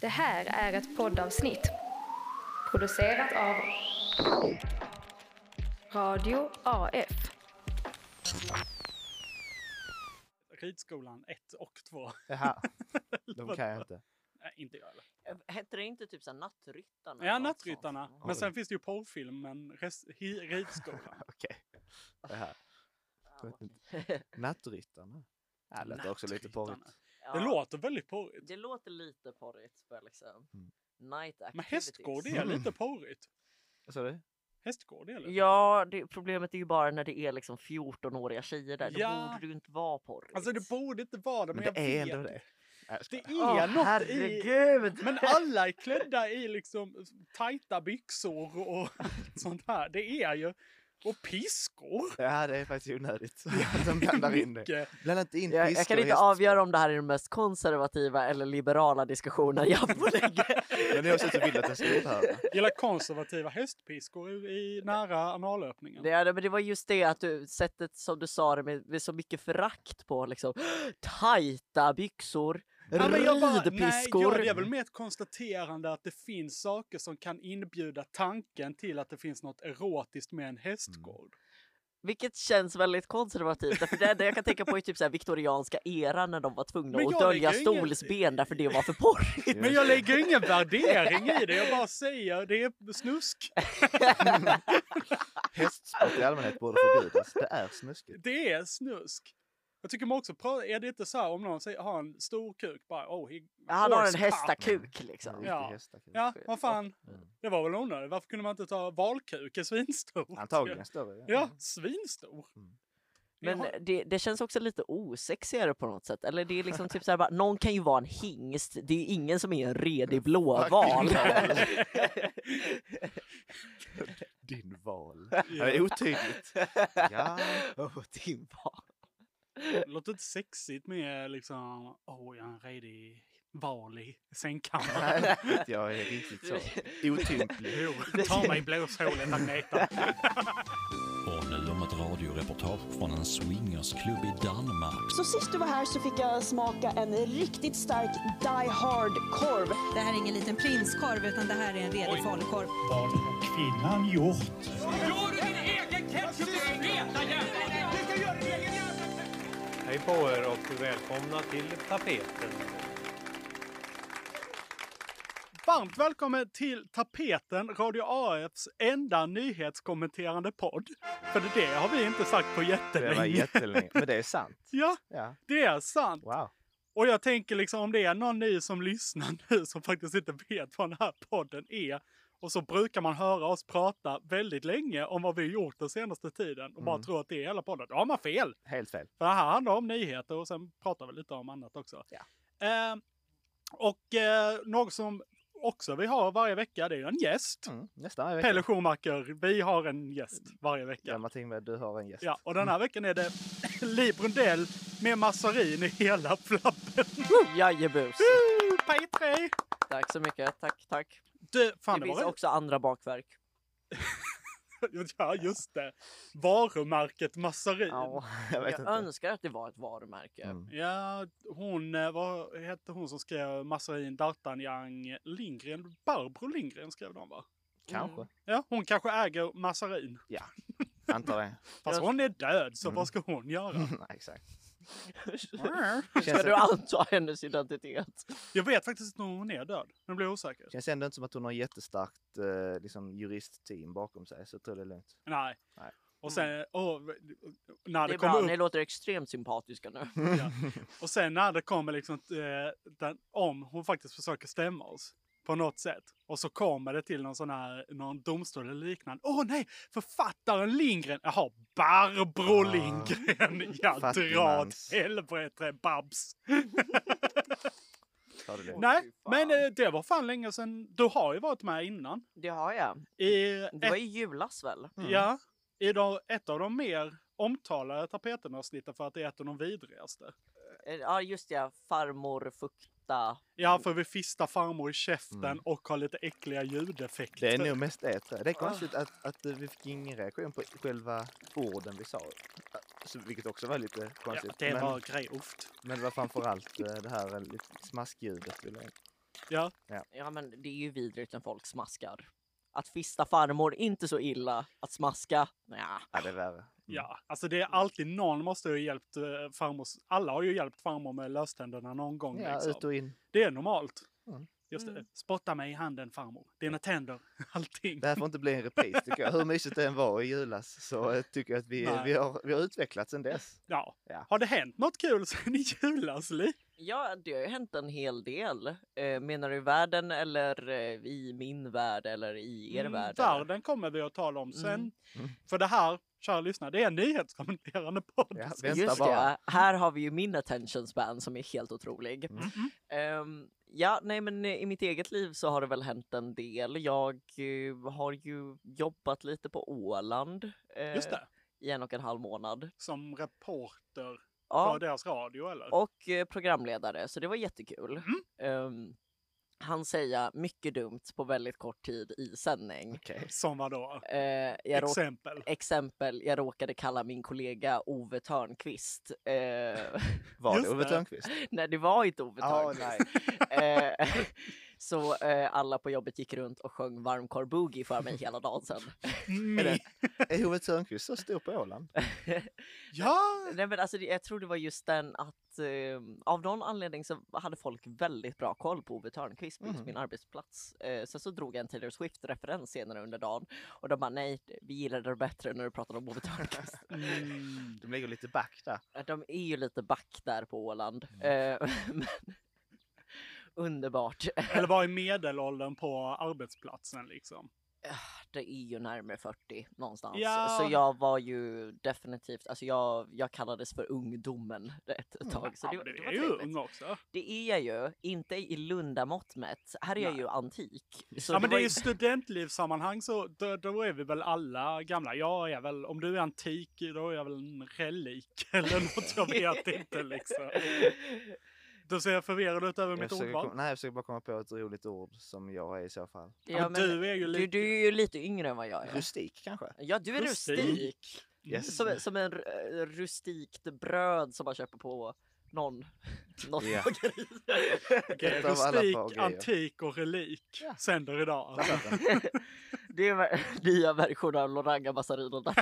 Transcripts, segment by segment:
Det här är ett poddavsnitt producerat av Radio AF. Ridskolan 1 och 2. Jaha, de kan jag inte. Nej, inte jag heller. Hette det inte typ så här Nattryttarna? Ja, Nattryttarna. Sånt? Men sen finns det ju porrfilmen Ridskolan. Okej. Det här. Nattryttarna. Ja, det låter också lite porrigt. Ja, Det låter väldigt porrigt. det låter lite porrigt för liksom night activities. Men hästgård är lite porrigt. Vad sa du? Hästgård är lite. Ja, problemet är ju bara när det är liksom 14-åriga tjejer där. Ja. Då borde det ju inte vara porrigt. Alltså det borde inte vara det, men Men jag det är vet. ändå det. Det är något herregud! i... Men alla är klädda i liksom tajta byxor och sånt här. Det är ju... Och piskor. Ja, det är faktiskt onödigt. De blandar in det. Mycket. Blanda inte in Jag piskor kan och inte hästsport. avgöra om det här är den mest konservativa eller liberala diskussionen jag får lägga. Men jag också vill att jag ska upphöra. Gillar konservativa hästpiskor i nära analöppningen. Men det var just det att sättet som du sa det med så mycket förakt på liksom tajta byxor, ridpiskor. Det är väl mer ett konstaterande att det finns saker som kan inbjuda tanken till att det finns något erotiskt med en hästgård. Vilket känns väldigt konservativt. För det jag kan tänka på är typ så här viktorianska eran när de var tvungna Men att jag dölja lägger ingen- stolsben därför det var för porrigt. Men jag lägger ingen värdering i det, jag bara säger det är snusk. Hästsport i allmänhet borde förbjudas. Det är snuskigt. Det är snusk. Jag tycker man också, är det inte så här om någon säger, har en stor kuk, bara, Han har en horse hästakuk cock. liksom. Ja. Hästakuk. Ja, vad fan. Det var väl onödigt. Varför kunde man inte ta valkuk? Är svinstor. Antagligen större. Ja, svinstor. Men det känns också lite osexigare på något sätt. Eller det är liksom typ så här, bara, någon kan ju vara en hingst. Det är ingen som är en redig blåval. Din val. Det är otydligt. Ja. Din val. Det låter inte sexigt med liksom, jag är en redig val i sängkammaren. Nej, jag är riktigt så otymplig. Jo, ta mig i blåshålet, Agneta. Och nu om ett radioreportage från en swingersklubb i Danmark. Så sist du var här så fick jag smaka en riktigt stark Die Hard-korv. Det här är ingen liten prinskorv utan det här är en redig falukorv. Vad har kvinnan gjort? Gör du din egen ketchup och reta jävlar! Du ska göra din egen jävla... Hej på er och välkomna till tapeten. Varmt välkommen till Tapeten, Radio AFs enda nyhetskommenterande podd. För det har vi inte sagt på Det var jättelänge. jättelänge. Men det är sant. Ja, Ja. det är sant. Wow. Och jag tänker liksom om det är någon ny som lyssnar nu som faktiskt inte vet vad den här podden är. Och så brukar man höra oss prata väldigt länge om vad vi har gjort den senaste tiden. Och bara tror att det är hela podden. Då har man fel. Helt fel. För det här handlar om nyheter och sen pratar vi lite om annat också. Ja. Något som också vi har varje vecka, det är en gäst. Nästan varje vecka. Pelle Schumacher, vi har en gäst varje vecka. Ja, Martin, du har en gäst. Ja, och den här veckan är det Li Brundell med massarin i hela flabben. Jajebus. P3! Tack så mycket. Tack. Du, fan, Det det finns var också andra bakverk. Ja, just det. Varumärket massarin. Ja, jag vet Jag inte. önskar att det var ett varumärke. Ja, vad hette hon som skrev massarin, D'Artagnan, Lindgren? Barbro Lindgren skrev de, va? Kanske. Ja, hon kanske äger massarin. Ja, antar det. Fast hon är död, så vad ska hon göra? Nej, exakt. Ska du anta hennes identitet? Jag vet faktiskt inte om hon är död. Nu blir jag osäker. Känns ändå inte som att hon har jättestarkt liksom, juristteam bakom sig. Så jag tror det är lugnt. Nej. Och sen, när Det det är bra, kommer upp, ni låter extremt sympatiska nu. ja. Och sen när det kommer liksom, om hon faktiskt försöker stämma oss på något sätt. Och så kommer det till någon domstol eller liknande. Nej, författaren Lindgren. Jaha, Barbro Lindgren. Jag drar Fattigmans. åt helvete, Babs. Ta det lugnt. Nej, men det var fan länge sedan. Du har ju varit med innan. Det har jag. I Det var i julas väl? Ja, ett av de mer omtalade tapetenavsnitten för att det är ett av de vidrigaste. Ja, just det. Farmor fukta. Ja, för vi fistar farmor i käften och har lite äckliga ljudeffekter. Det är nog mest det, tror jag. Det är konstigt att vi fick ingen reaktion på själva orden vi sa. Så, vilket också var lite konstigt. Ja, det var grovt. Men det var framförallt det här lite smaskljudet. Ja. Ja, men det är ju vidrigt när folk smaskar. Att fista farmor, inte så illa. Att smaska, nja. Ja, det är värre. Ja, alltså det är alltid någon måste ju hjälpt farmor. Alla har ju hjälpt farmor med löständerna någon gång. Ja, liksom. ut och in. Det är normalt. Mm. Just det. Spotta mig i handen farmor. Dina tänder, allting. Det här får inte bli en repris tycker jag. Hur mysigt det än var i julas så tycker jag att vi har utvecklats sedan dess. Ja. Ja. Har det hänt något kul sen i julas, Li? Ja, det har ju hänt en hel del. Menar du i världen eller i min värld eller i er värld? Eller? Världen kommer vi att tala om sen. Mm. För det här, kära lyssnare, det är en nyhetskommenterande podd. Ja, vänta Just bara. det, här har vi ju min attention span som är helt otrolig. Ja, nej men i mitt eget liv så har det väl hänt en del. Jag har ju jobbat lite på Åland Just det. i 1,5 månad. Som reporter Ja, för deras radio, eller? och programledare, så det var jättekul. Han säger mycket dumt på väldigt kort tid i sändning. Okej. Som vadå? Exempel. Exempel, jag råkade kalla min kollega Ove Törnqvist. Var det Just Ove det. Törnqvist? Nej, det var inte Ove Ja, Törnqvist. Så alla på jobbet gick runt och sjöng varmkorv boogie för mig hela dagen sen. Är Ove Törnqvist så stor på Åland? Ja! Nej, men alltså, jag tror det var just den att av någon anledning så hade folk väldigt bra koll på Ove Törnqvist på just min arbetsplats. Sen så drog jag en Taylor Swift-referens senare under dagen och de bara nej, vi gillade det bättre när du pratade om Ove Törnqvist. De ligger lite back där. De är ju lite back där på Åland. Men underbart. Eller var i medelåldern på arbetsplatsen liksom. Det är ju närmare 40 någonstans. Ja. Så jag var ju definitivt, alltså jag kallades för ungdomen ett tag. Så Ja, det men du var är ju trevligt. ung också. Det är jag ju, inte i Lundamått mätt. Här är jag ju antik. Så Ja, men det var är ju studentlivssammanhang så då är vi väl alla gamla. Jag är väl, om du är antik, då är jag väl en relik eller något, jag vet inte liksom. Då ser jag förvirrad ut över mitt ordval. Jag försöker bara komma på ett roligt ord som jag är i så fall. Ja, men du är ju lite... Du är ju lite yngre än vad jag är. Rustik kanske? Ja, du är rustik. Yes. Som en rustikt bröd som man köper på något Ja. bageri. Okej, Ett av alla rustik, bagerier. antik och relik sänder idag. Det är nya version av Loranga Massarin och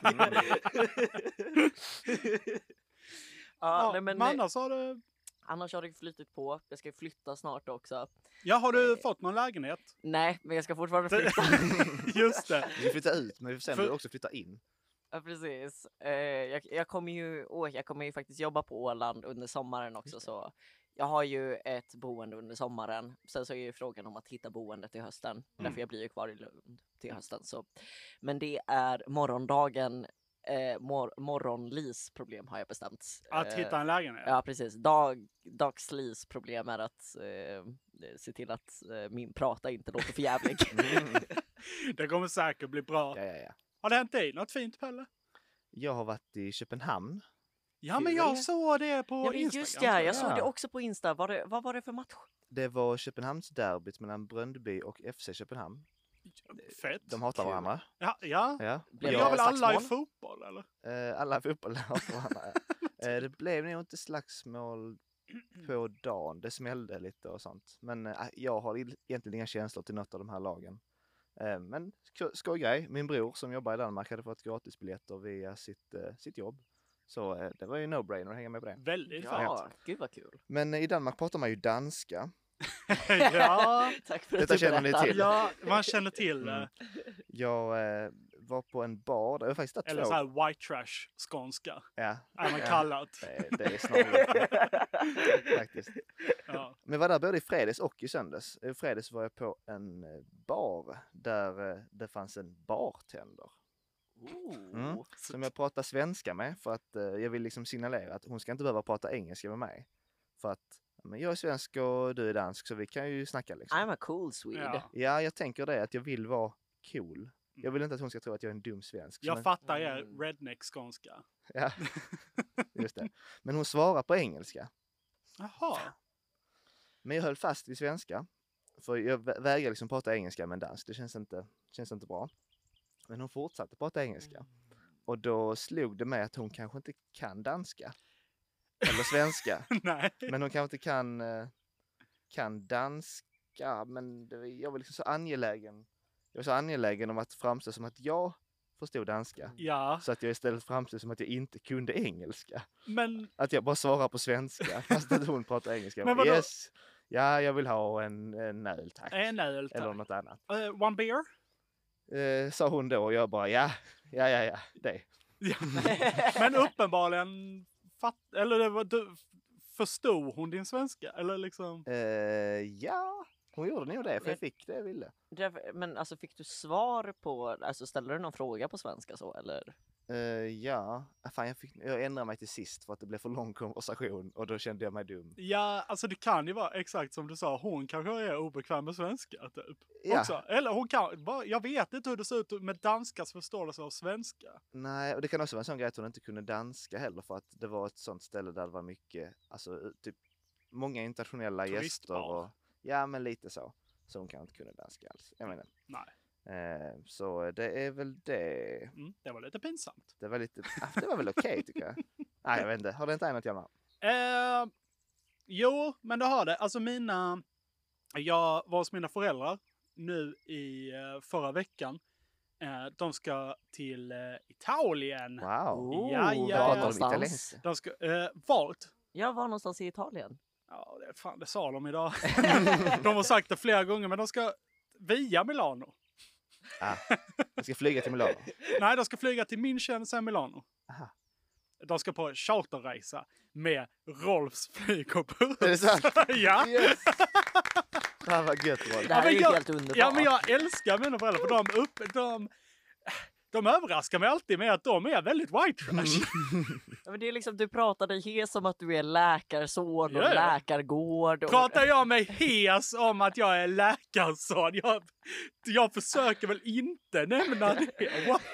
men annars har det... Annars har det flyttit på. Jag ska flytta snart också. Ja, har du fått någon lägenhet? Nej, men jag ska fortfarande flytta. Just det. Vi flyttar ut, men vi får sen också flytta in. Ja, precis. Jag kommer ju faktiskt jobba på Åland under sommaren också. Så jag har ju ett boende under sommaren. Sen så är ju frågan om att hitta boende till hösten. Därför jag blir ju kvar i Lund till hösten. Så. Men det är morgondagen. Morgonlis problem har jag bestämt. Att hitta en lägenhet? Ja, precis. Dagslis problem är att se till att min prata inte låter för jävlig. Det kommer säkert bli bra. Ja. Har det hänt dig något fint, Pelle? Jag har varit i Köpenhamn. Ja, men jag såg det på Instagram. Just ja, jag såg det också på Insta. Vad var det för match? Det var Köpenhamnsderbyt mellan Brøndby och FC Köpenhamn. Fett. De hatar varandra. Ja. Blev gör väl alla i fotboll, eller? Alla i fotboll hatar varandra. Det blev nog inte slagsmål på dagen. Det smällde lite och sånt. Men jag har egentligen inga känslor till något av de här lagen. Men skoj grej. Min bror som jobbar i Danmark hade fått gratisbiljetter via sitt jobb. Så det var ju no-brainer att hänga med på det. Väldigt Ja, gud vad kul. Men i Danmark pratar man ju danska. Ja, tack för Detta känner ni till. Ja, man känner till det. Jag var på en bar där jag faktiskt hade eller så här white trash skånska. Ja. Är man kallat. Det är snarare faktiskt. Ja. Men var där både i fredags och i söndags. I fredags var jag på en bar där det fanns en bartender. Som jag pratar svenska med för att jag vill liksom signalera att hon ska inte behöva prata engelska med mig. För att men jag är svensk och du är dansk så vi kan ju snacka liksom. I'm a cool Swede. Ja, jag tänker det att jag vill vara cool. Jag vill inte att hon ska tro att jag är en dum svensk. Jag fattar er redneck-skånska. Ja, just det. Men hon svarar på engelska. Jaha. Men jag höll fast vid svenska. För jag vägrar liksom prata engelska med en dansk. Det känns inte bra. Men hon fortsatte prata engelska. Och då slog det mig att hon kanske inte kan danska. Eller svenska. Nej. Men hon kanske inte kan ja, men jag var liksom så angelägen. Jag var så angelägen om att framstå som att jag förstod danska. Ja, Så att jag istället framstod som att jag inte kunde engelska. men Att jag bara svarar på svenska fast att hon pratar engelska. Men vadå? Yes, ja, jag vill ha en öl, tack. en öl tack. Eller något annat. One beer? Sa hon då och jag bara ja, det. Ja. Men uppenbarligen förstod hon din svenska? Eller liksom... Ja, hon gjorde nog det för jag fick det jag ville. Men alltså fick du svar på, alltså ställde du någon fråga på svenska så eller? Ja, fan, jag ändrade mig till sist för att det blev för lång konversation och då kände jag mig dum. Ja, alltså det kan ju vara exakt som du sa. Hon kanske är obekväm med svenska typ. Ja. Också. Eller hon kan, jag vet inte hur det ser ut med danskas förståelse av svenska. Nej, och det kan också vara en sån grej att hon inte kunde danska heller för att det var ett sånt ställe där det var mycket, alltså typ många internationella Turistbar. gäster och ja, men lite så. Så hon kan inte kunna danska alls. Jag menar. Nej. Så det är väl det. Det var lite pinsamt. Det var väl okej tycker jag. Nej, jag vet inte. Har det inte annat Hjalmar? Jo, men det har det. Alltså jag var hos mina föräldrar nu i förra veckan. De ska till Italien. Wow. Ja. Pratar de italienska? De ska, vart? Jag var någonstans i Italien. Ja, det sa de idag. De har sagt det flera gånger, men de ska via Milano. Jag ska flyga till Milano. Nej, de ska flyga till München, sen Milano. Aha. De ska på charterresa med Rolfs flygbuss. Är det sant? Ja. Yes. Det här var gött, Rolf. Det här är ju helt underbart. Ja, men jag älskar mina föräldrar för de överraskar mig alltid med att de är väldigt white trash. Ja, men det är liksom, du pratar dig hes om att du är läkarson och Ja. läkargård. Och... Pratar jag mig hes om att jag är läkarson? Jag försöker väl inte nämna det. What?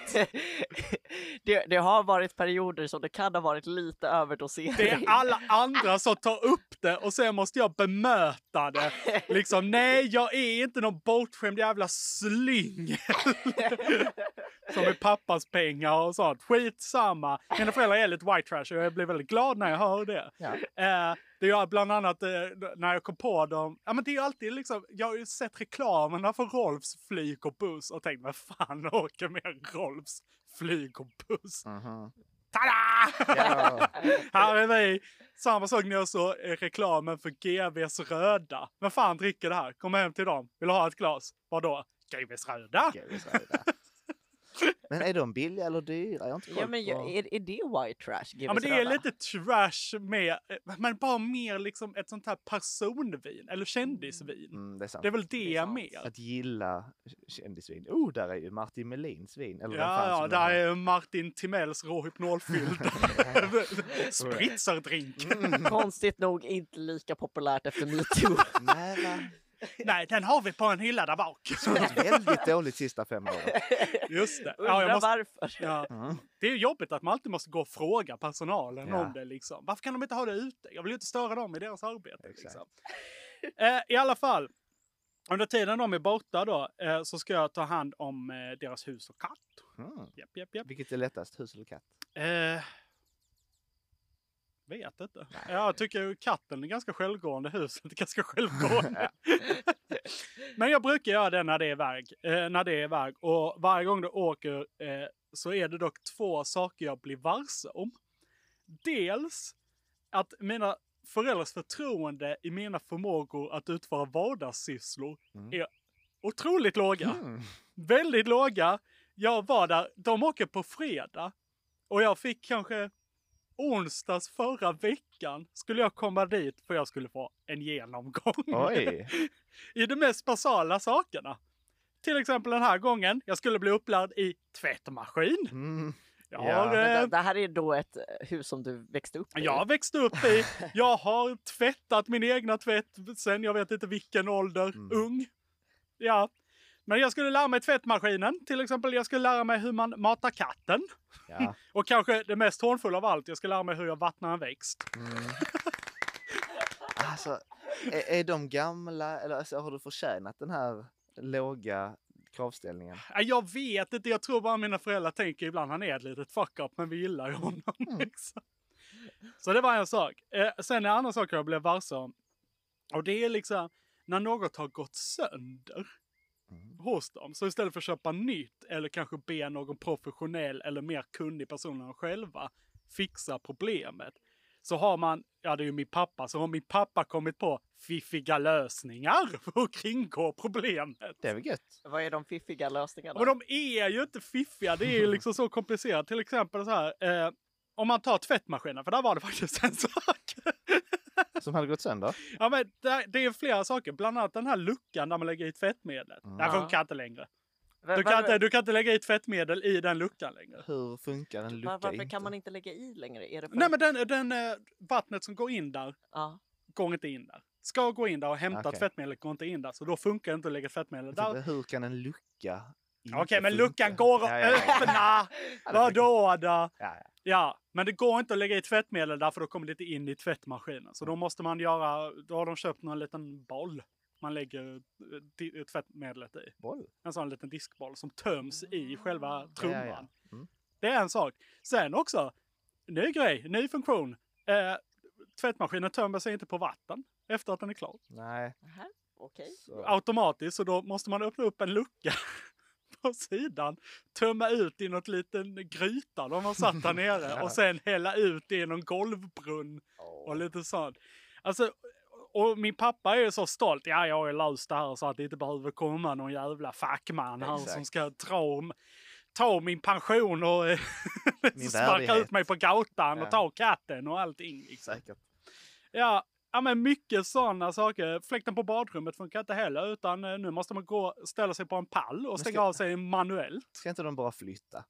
det har varit perioder som det kan ha varit lite överdosering. Det är alla andra som tar upp det och sen måste jag bemöta det. Liksom, nej, jag är inte någon bortskämd jävla slyng. Som är pappas pengar och sånt. Skitsamma. Mina föräldrar är lite white trash och jag blir väldigt glad när jag hör det. Ja. Det gör bland annat när jag kom på dem. Ja, men det är ju alltid liksom, jag har ju sett reklamerna för Rolfs flyg och buss och tänkt, vad fan åker med Rolfs flyg och buss? Tada! Ja. Här är vi. Samma sak när jag såg reklamen för GVs röda. Men fan dricker det här? Kom hem till dem. Vill du ha ett glas? Vadå? GVs röda? Men är de billiga eller dyra? Jag har inte koll Ja, men på. är det white trash? Ja, men det är lite trash med, men bara mer liksom ett sånt här personvin eller kändisvin. Det är sant. Det är väl det mer. Att gilla kändisvin. Där är ju Martin Melins vin. Eller Ja, där är Martin Timells råhypnolfylld spritzardrink. Konstigt nog inte lika populärt efter MeToo. Nej, va? Nej, den har vi på en hylla där bak. Så det är väldigt dåligt sista 5 åren. Just det. Undrar varför. Ja. Det är ju jobbigt att man alltid måste gå och fråga personalen om det. Liksom. Varför kan de inte ha det ute? Jag vill ju inte störa dem i deras arbete. Liksom. I alla fall, under tiden de är borta då, så ska jag ta hand om deras hus och katt. Japp. Vilket är lättast, hus eller katt? Vet inte. Jag tycker katten är ganska självgående, huset är ganska självgående. Men jag brukar göra det när det är iväg. Och varje gång du åker så är det dock 2 saker jag blir varse om. Dels att mina föräldrars förtroende i mina förmågor att utföra vardagssysslor är otroligt låga. Väldigt låga. Jag var där, de åker på fredag. Och jag fick kanske onsdags förra veckan skulle jag komma dit för jag skulle få en genomgång. Oj. I de mest basala sakerna. Till exempel den här gången, jag skulle bli upplärd i tvättmaskin. Det här är då ett hus som du växte upp i. Jag har växt upp i. Jag har tvättat min egna tvätt sen jag vet inte vilken ålder. Ung. Ja. Men jag skulle lära mig tvättmaskinen. Till exempel jag skulle lära mig hur man matar katten. Ja. Och kanske det mest hånfulla av allt. Jag ska lära mig hur jag vattnar en växt. Alltså, är de gamla? Eller alltså, har du förtjänat den här låga kravställningen? Jag vet inte. Jag tror bara mina föräldrar tänker ibland han är ett litet fuck-up. Men vi gillar ju honom. Liksom. Så det var en sak. Sen en annan sak jag blev varse om. Och det är liksom när något har gått sönder hos dem. Så istället för att köpa nytt eller kanske be någon professionell eller mer kunnig person än de själva fixa problemet. Så har man, ja det är ju min pappa, så har min pappa kommit på fiffiga lösningar för att kringgå problemet. Det är väl gött. Vad är de fiffiga lösningarna? Och de är ju inte fiffiga, det är ju liksom så komplicerat. Till exempel så här, om man tar tvättmaskinen, för där var det faktiskt en sak. Som hade gått sönder? Ja men det är flera saker, bland annat den här luckan där man lägger i tvättmedlet. Det funkar inte längre. Du kan inte lägga i tvättmedel i den luckan längre. Hur funkar en lucka? Varför kan man inte lägga i längre? Är det för... Nej men vattnet som går in där går inte in där. Ska gå in där och hämta tvättmedlet går inte in där. Så då funkar det inte att lägga tvättmedel där. Hur kan en lucka Okej, men luckan går att öppna. Vadå då? Ja, men det går inte att lägga i tvättmedel där för då kommer det inte in i tvättmaskinen. Så då måste man göra, då har de köpt någon liten boll. Man lägger tvättmedlet i. Boll? En sån liten diskboll som töms i själva trumman. Det är en sak. Sen också, ny funktion. Tvättmaskinen tömmer sig inte på vatten efter att den är klar. Nej. Okej. Automatiskt, så då måste man öppna upp en lucka på sidan, tömma ut i något liten gryta de har satt där nere och sen hälla ut i någon golvbrunn och lite sånt. Alltså, och min pappa är ju så stolt. Ja, jag har löst det här så att det inte behöver komma någon jävla fackman här som ska ta min pension och sparka ut mig på gatan och ta katten och allting. Liksom. Säkert. Ja, men mycket sådana saker. Fläkten på badrummet funkar inte heller, utan nu måste man gå och ställa sig på en pall och stänga av sig manuellt. Ska inte de bara flytta?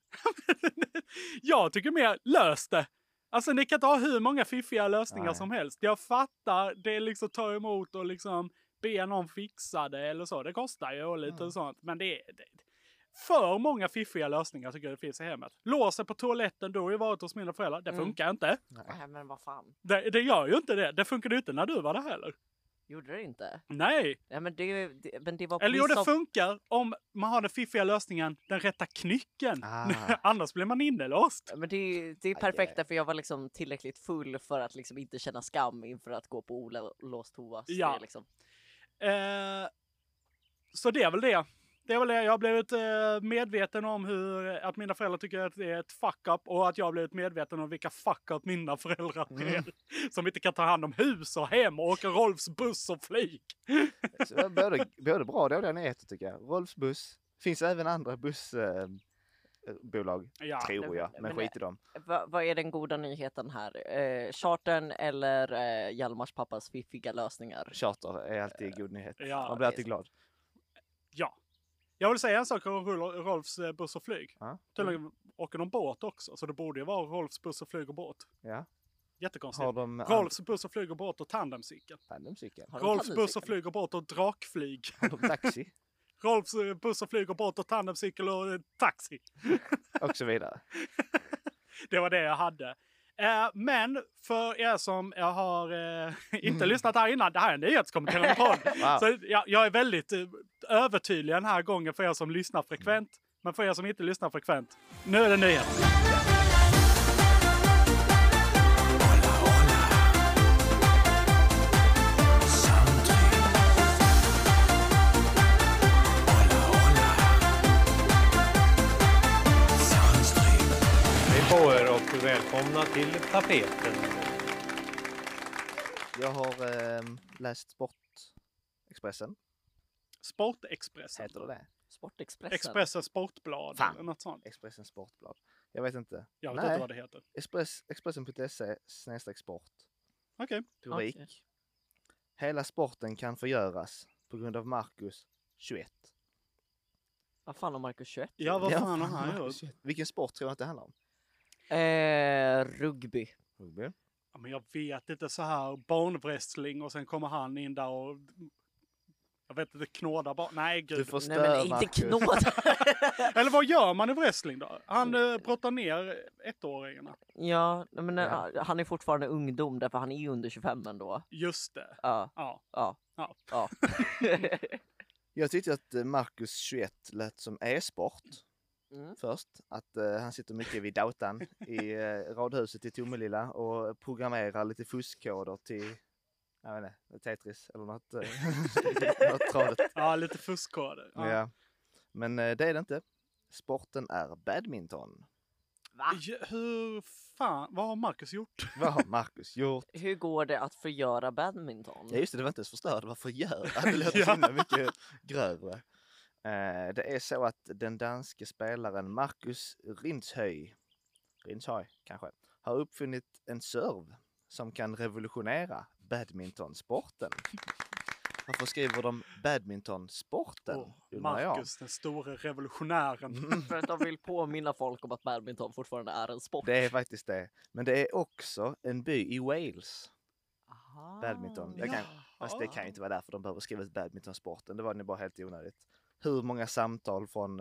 Jag tycker mer, lös det. Alltså ni kan inte ha hur många fiffiga lösningar som helst. Jag fattar, det är liksom ta emot och liksom be någon fixa det eller så. Det kostar ju och lite sånt. Men det är för många fiffiga lösningar tycker jag det finns i hemmet. Låsa på toaletten, då har ju varit hos mina föräldrar. Det funkar inte. Nej, men vad fan. Det gör ju inte det. Det funkade ju inte när du var där heller. Gjorde det inte? Nej. Ja, men det var eller jo, det funkar om man har den fiffiga lösningen, den rätta knycken. Annars blir man innelåst. Men det är perfekt därför jag var liksom tillräckligt full för att liksom inte känna skam inför att gå på olåst toa. Ja. Liksom. Så det är väl det. Det är väl det. Jag har blivit medveten om att mina föräldrar tycker att det är ett fuck-up och att jag har blivit medveten om vilka fuck-up mina föräldrar är. Som inte kan ta hand om hus och hem och åka Rolfs buss och flyg. Både bra och dåliga nyheter tycker jag. Rolfs buss. Finns även andra bussbolag, tror jag. Men skit i dem. Vad är den goda nyheten här? Chartern eller Hjalmars pappas fiffiga lösningar? Charter är alltid god nyhet. Ja, man blir alltid glad. Ja. Jag vill säga en sak om Rolfs buss och flyg. Tydligen åker de båt också. Så det borde ju vara Rolfs buss och flyg och båt. Ja. Jättekonstigt. Rolfs buss och flyg och båt och tandemcykel. Rolfs buss och flyg och båt och drakflyg. Har de taxi? Rolfs buss och flyg och båt och tandemcykel och taxi. Och så vidare. Det var det jag hade. Men för er som jag har inte lyssnat här innan, det här är en nyhetskommenterande podd. Wow. Så jag är väldigt övertydlig den här gången för er som lyssnar frekvent. Men för er som inte lyssnar frekvent, nu är det nyhet. På er och välkomna till tapeten. Jag har läst Sportexpressen. Sportexpressen? Heter det? Sportexpressen? Expressen Sportblad eller något sånt. Expressen Sportblad. Jag vet inte. Jag vet inte vad det heter. Expressen.se/sport. Okej. Rubrik. Okay. Hela sporten kan förgöras på grund av Marcus 21. Vad fan har Marcus 21? Ja, vad fan har han gjort? Vilken sport tror jag inte det handlar om? Rugby. Ja, men jag vet inte, så här barnwrestling och sen kommer han in där och jag vet inte, knåda bara. Nej, gud. Du får Nej, men inte knåda. Eller vad gör man i wrestling då? Han brottar ner ettåringarna. Ja, men han är fortfarande ungdom därför han är ju under 25 ändå. Just det. Ja. Jag tyckte att Marcus 21 lät som e-sport. Först, att han sitter mycket vid datan i radhuset i Tomelilla och programmerar lite fuskkoder till jag vet inte, Tetris eller något, något tradigt. Ja, lite fuskkoder. Ja. Men det är det inte. Sporten är badminton. Va? Hur fan, vad har Marcus gjort? Vad har Marcus gjort? Hur går det att förgöra badminton? Ja just det, det var inte ens förstörd, det var förgöra. Det låter så himla mycket grövre. Det är så att den danske spelaren Marcus Rindshøi kanske, har uppfunnit en serve som kan revolutionera badmintonsporten. Varför skriver de badmintonsporten? undrar jag. Marcus, den stora revolutionären. För att de vill påminna folk om att badminton fortfarande är en sport. Det är faktiskt det. Men det är också en by i Wales. Aha. Badminton. Fast det kan ju inte vara därför de behöver skriva ut badmintonsporten. Det var nog bara helt onödigt. Hur många samtal från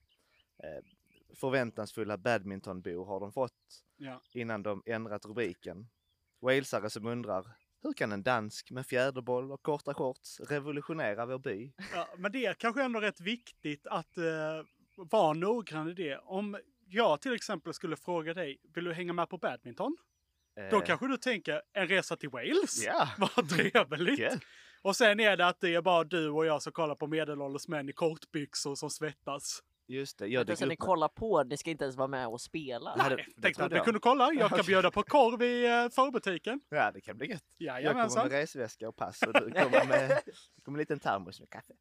förväntansfulla badmintonbor har de fått innan de ändrat rubriken? Walesare som undrar, hur kan en dansk med fjäderboll och korta shorts revolutionera vår by? Ja, men det är kanske ändå rätt viktigt att vara noggrann i det. Om jag till exempel skulle fråga dig, vill du hänga med på badminton? Då kanske du tänker, en resa till Wales? Ja. Vad trevligt! Yeah. Och sen är det att det är bara du och jag som kollar på medelålders män i kortbyxor som svettas. Just det. Jag ni kollar på, ni ska inte ens vara med och spela. Nej, tänkte att vi kunde kolla. Jag kan bjuda på korv i förbutiken. Ja, det kan bli gött. Jag Jajamensan. kommer med resväska och pass och du kommer med en liten termos med kaffe.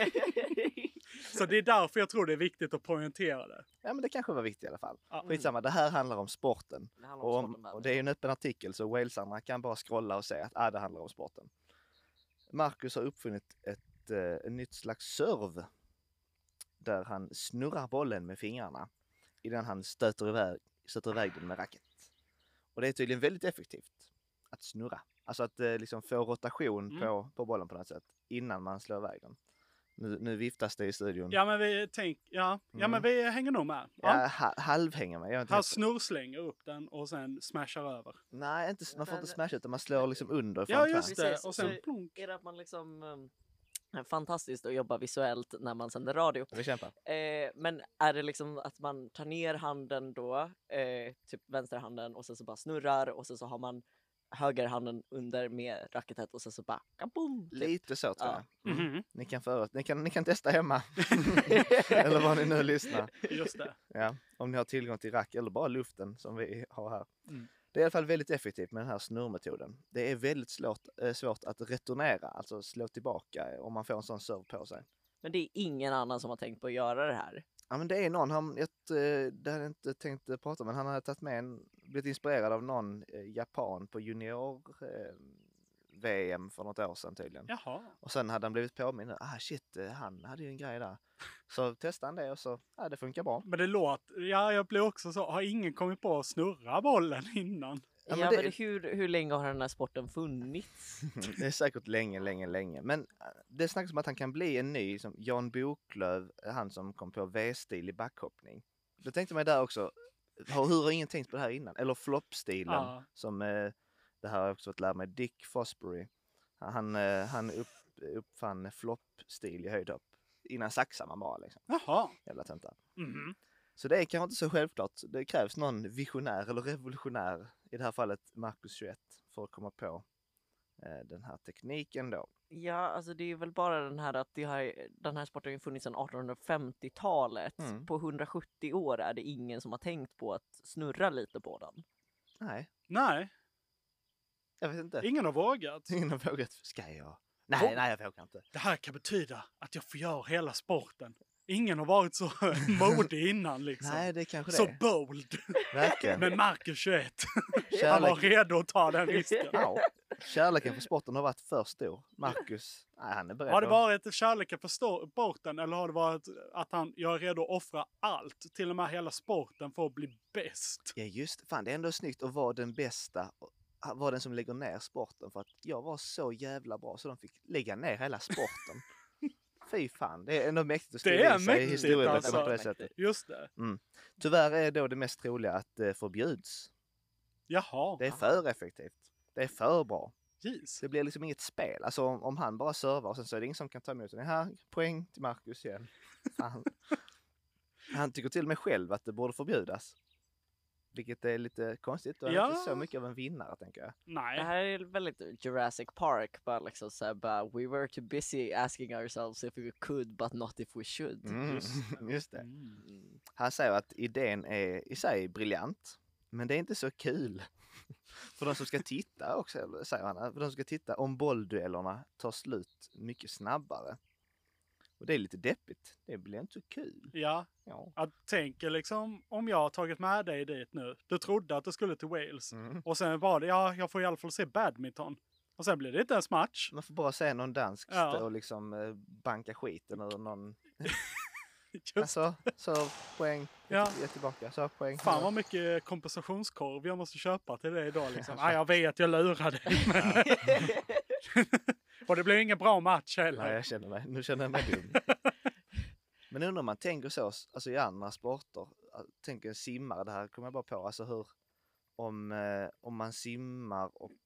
Så det är därför jag tror det är viktigt att poängtera det. Ja, men det kanske var viktigt i alla fall. Ja. Skitsamma, det här handlar om sporten. Det handlar om sporten, och det är ju en öppen artikel så walesarna kan bara scrolla och säga att det handlar om sporten. Marcus har uppfunnit en nytt slags serve där han snurrar bollen med fingrarna innan han stöter iväg den med racket. Och det är tydligen väldigt effektivt att snurra. Alltså att liksom få rotation på bollen på något sätt innan man slår iväg den. Nu viftas det i studion. Ja, men men vi hänger nog med. Ja, halvhänger med. Han snurrslänger upp den och sen smashar över. Nej, man får inte smasha utan man slår liksom under. Ja, just det. Precis. Och sen så plunk. är det att man liksom... fantastiskt att jobba visuellt när man sänder radio. Vi kämpar. Men är det liksom att man tar ner handen då, typ vänsterhanden och sen så bara snurrar och sen så har man högerhanden under med racketet och sen så bara kaboom! Typ. Lite så tror jag. Mm-hmm. Ni kan testa hemma. Eller vad ni nu lyssnar. Just det. Ja, om ni har tillgång till rack eller bara luften som vi har här. Mm. Det är i alla fall väldigt effektivt med den här snurrmetoden. Det är väldigt svårt att returnera, alltså slå tillbaka om man får en sån serve på sig. Men det är ingen annan som har tänkt på att göra det här. Ja, men det är någon, det hade jag inte tänkt prata om, men han hade tagit med blivit inspirerad av någon japan på junior VM för något år sedan tydligen. Jaha. Och sen hade han blivit påminn. Han hade ju en grej där. Så testade han det och så, det funkar bra. Men det låter, jag blir också så, har ingen kommit på att snurra bollen innan? Ja, men hur länge har den här sporten funnits? Det är säkert länge. Men det snackas om att han kan bli en ny, som Jan Boklöv, han som kom på V-stil i backhoppning. Då tänkte man där också, hur har ingen tänkt på det här innan? Eller floppstilen, som det här har jag också fått lära mig, Dick Fosbury. Han uppfann floppstil i höjdhopp. Innan saxar man bara liksom. Jaha. Jävla töntar. Mm. Så det är kanske inte så självklart. Det krävs någon visionär eller revolutionär, i det här fallet Marcus 21, för att komma på den här tekniken då. Ja, alltså det är väl bara den här att den här sporten har funnits sedan 1850-talet. På 170 år är det ingen som har tänkt på att snurra lite på den. Nej. Jag vet inte. Ingen har vågat. Ska jag? Nej, jag vågar inte. Det här kan betyda att jag får göra hela sporten. Ingen har varit så modig innan liksom. Nej, det är kanske så det. bold. Verkligen. Men Marcus 21. Han var redo att ta den risken. Ja. Kärleken för sporten har varit för stor. Marcus, han är beredd. Har det varit kärleken för sporten eller har det varit att jag är redo att offra allt, till och med hela sporten, för att bli bäst? Ja just, fan det är ändå snyggt att vara den bästa, vara den som lägger ner sporten, för att jag var så jävla bra så de fick lägga ner hela sporten. Fy fan, det är ändå mäktigt att skriva in sig i historieböckerna på det sättet. Just det. Tyvärr är då det mest troliga att det förbjuds. Jaha. Det är för effektivt. Det är för bra. Jeez. Det blir liksom inget spel. Alltså om han bara servar och sen så är det ingen som kan ta emot den. Här, poäng till Marcus igen. Han tycker till och med själv att det borde förbjudas. Vilket är lite konstigt. Och Ja. inte så mycket av en vinnare, tänker jag. Det Nej. här är väldigt Jurassic Park, bara liksom såhär, bara, we were too busy asking ourselves if we could but not if we should. Just det. Mm. Han säger att idén är i sig briljant, men det är inte så kul för de som ska titta också, säger han. För de som ska titta om bollduellerna tar slut mycket snabbare. Och det är lite deppigt. Det blir inte så kul. Ja, Ja. jag tänker liksom om jag har tagit med dig dit nu. Du trodde att du skulle till Wales. Och sen var det, jag får i alla fall se badminton. Och sen blir det inte ens match. Man får bara se någon dansk Ja. stå och liksom banka skiten ur någon. Just, Alltså, så poäng. Ja. Jag är tillbaka. Så poäng. fan vad mycket kompensationskorv jag måste köpa till det idag liksom. Jag vet, jag lurar dig. Men... och det blir ingen bra match heller. Nej, nu känner jag mig dum. Men undrar om man tänker så, alltså i andra sporter, tänker en simmare, det här kommer jag bara på, alltså hur, om man simmar och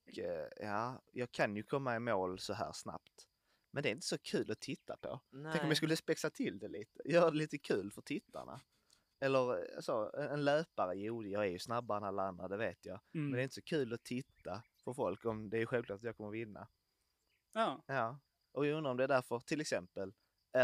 jag kan ju komma i mål så här snabbt. Men det är inte så kul att titta på. Nej. Tänk om jag skulle spexa till det lite, göra det lite kul för tittarna. Eller alltså, en löpare, jo jag är ju snabbare än alla andra, det vet jag. Men det är inte så kul att titta på folk om det är självklart att jag kommer vinna. Ja. Ja, och jag undrar om det är därför till exempel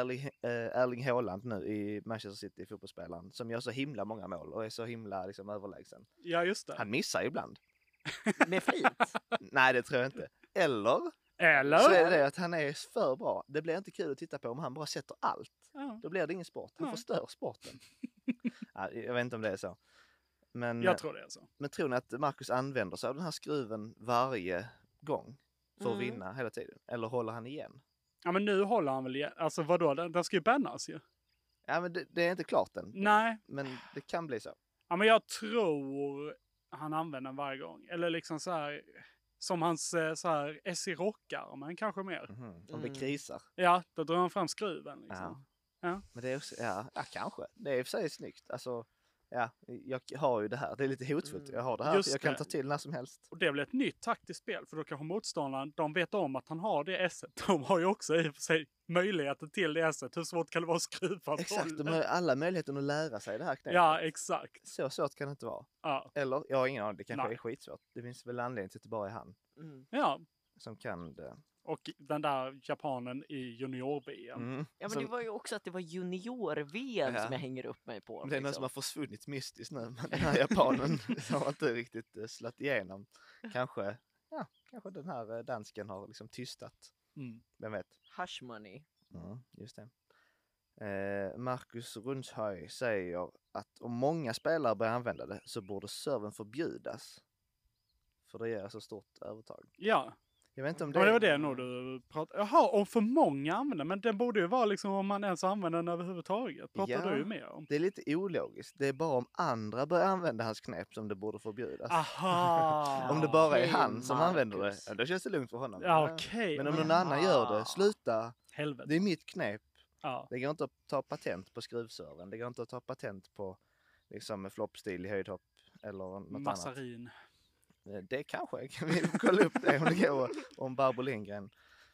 Erling Haaland nu i Manchester City, fotbollsspelaren, som gör så himla många mål och är så himla liksom överlägsen. Ja, just det. Han missar ibland. Med flit. Nej, det tror jag inte. Eller Eller? så är det att han är för bra. Det blir inte kul att titta på om han bara sätter allt. Ja. Då blir det ingen sport. Han förstör sporten. Ja, jag vet inte om det är så. Men, Jag tror det är så. men tror ni att Marcus använder sig av den här skruven varje gång för att vinna hela tiden? Eller håller han igen? Ja, men nu håller han väl igen. Alltså vadå, den ska ju bannas ju. Ja, men det är inte klart än. Nej. Men det kan bli så. Ja, men jag tror han använder den varje gång. Eller liksom så här, som hans så här SC-rockarmen kanske mer. Om det krisar. Ja, då drar han fram skruven liksom. Ja. Men det är också, ja, kanske. Det är i och för sig snyggt. Alltså, ja, jag har ju det här. Det är lite hotfullt. Jag har det här. Just Jag kan det. ta till när som helst. Och det blir ett nytt taktiskt spel. För då kanske motståndaren, de vet om att han har det esset. De har ju också i och för sig möjligheten till det esset. Hur svårt kan det vara att skruva Exakt, de bollen? har alla möjligheten att lära sig det här knepet. Ja, exakt. Så svårt kan det inte vara. Ja. Eller, jag har ingen aning. Det kanske Nej. är skitsvårt. Det finns väl anledning till att det bara är han Ja. som kan det. Och den där japanen i junior-VM. Ja, men Som- det var ju också att det var junior-VM Ja. som jag hänger upp mig på. Det är någon liksom. som har försvunnit mystiskt nu. Men den här japanen har inte riktigt slått igenom. Kanske den här dansken har liksom tystat. Vem vet? Hush money. Just det. Marcus Rundshöj säger att om många spelare börjar använda det så borde serven förbjudas. För det ger så stort övertag. Ja. Jag vet inte om Det var det nog du pratade. Jaha, om för många använder. Men det borde ju vara liksom om man ens använder den överhuvudtaget. Pratar du ju mer om. Det är lite ologiskt. Det är bara om andra börjar använda hans knep som det borde förbjudas. Aha! Om det bara är Okej, han som använder det, Marcus. ja, då känns det lugnt för honom. Ja, okej. Men om någon annan gör det, sluta. Helvete. Det är mitt knep. Ja. Det går inte att ta patent på skruvserven. Det går inte att ta patent på liksom floppstil i höjdhopp eller något annat. Massarin. Det kanske. Kan vi kolla upp det om det går om Barbro Lindgren.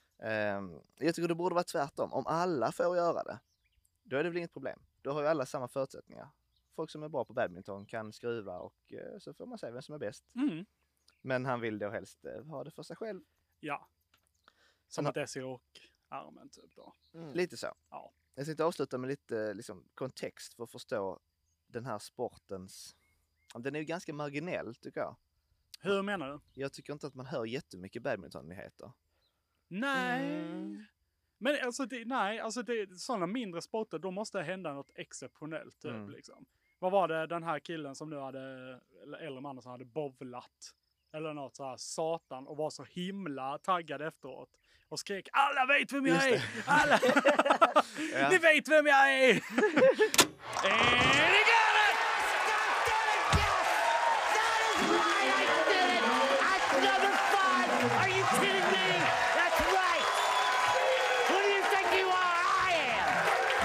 Jag tycker det borde vara tvärtom. Om alla får göra det, då är det väl inget problem. Då har ju alla samma förutsättningar. Folk som är bra på badminton kan skruva och så får man se vem som är bäst. Men han vill då helst ha det för sig själv. Ja. Som att SC och armen typ då. Lite så. Ja. Jag tänkte avsluta med lite liksom, kontext för att förstå den här sportens... Den är ju ganska marginell tycker jag. Hur menar du? Jag tycker inte att man hör jättemycket badmintonnyheter. Nej. Men alltså, sådana mindre sporter, då måste det hända något exceptionellt typ, liksom. Vad var det den här killen som nu hade, eller äldre mannen som hade bowlat eller något så här satan och var så himla taggad efteråt och skrek alla vet vem jag är! Alla! Ni vet vem jag är! Ni got it! Are you kidding me? That's right! Who do you think you are? I am!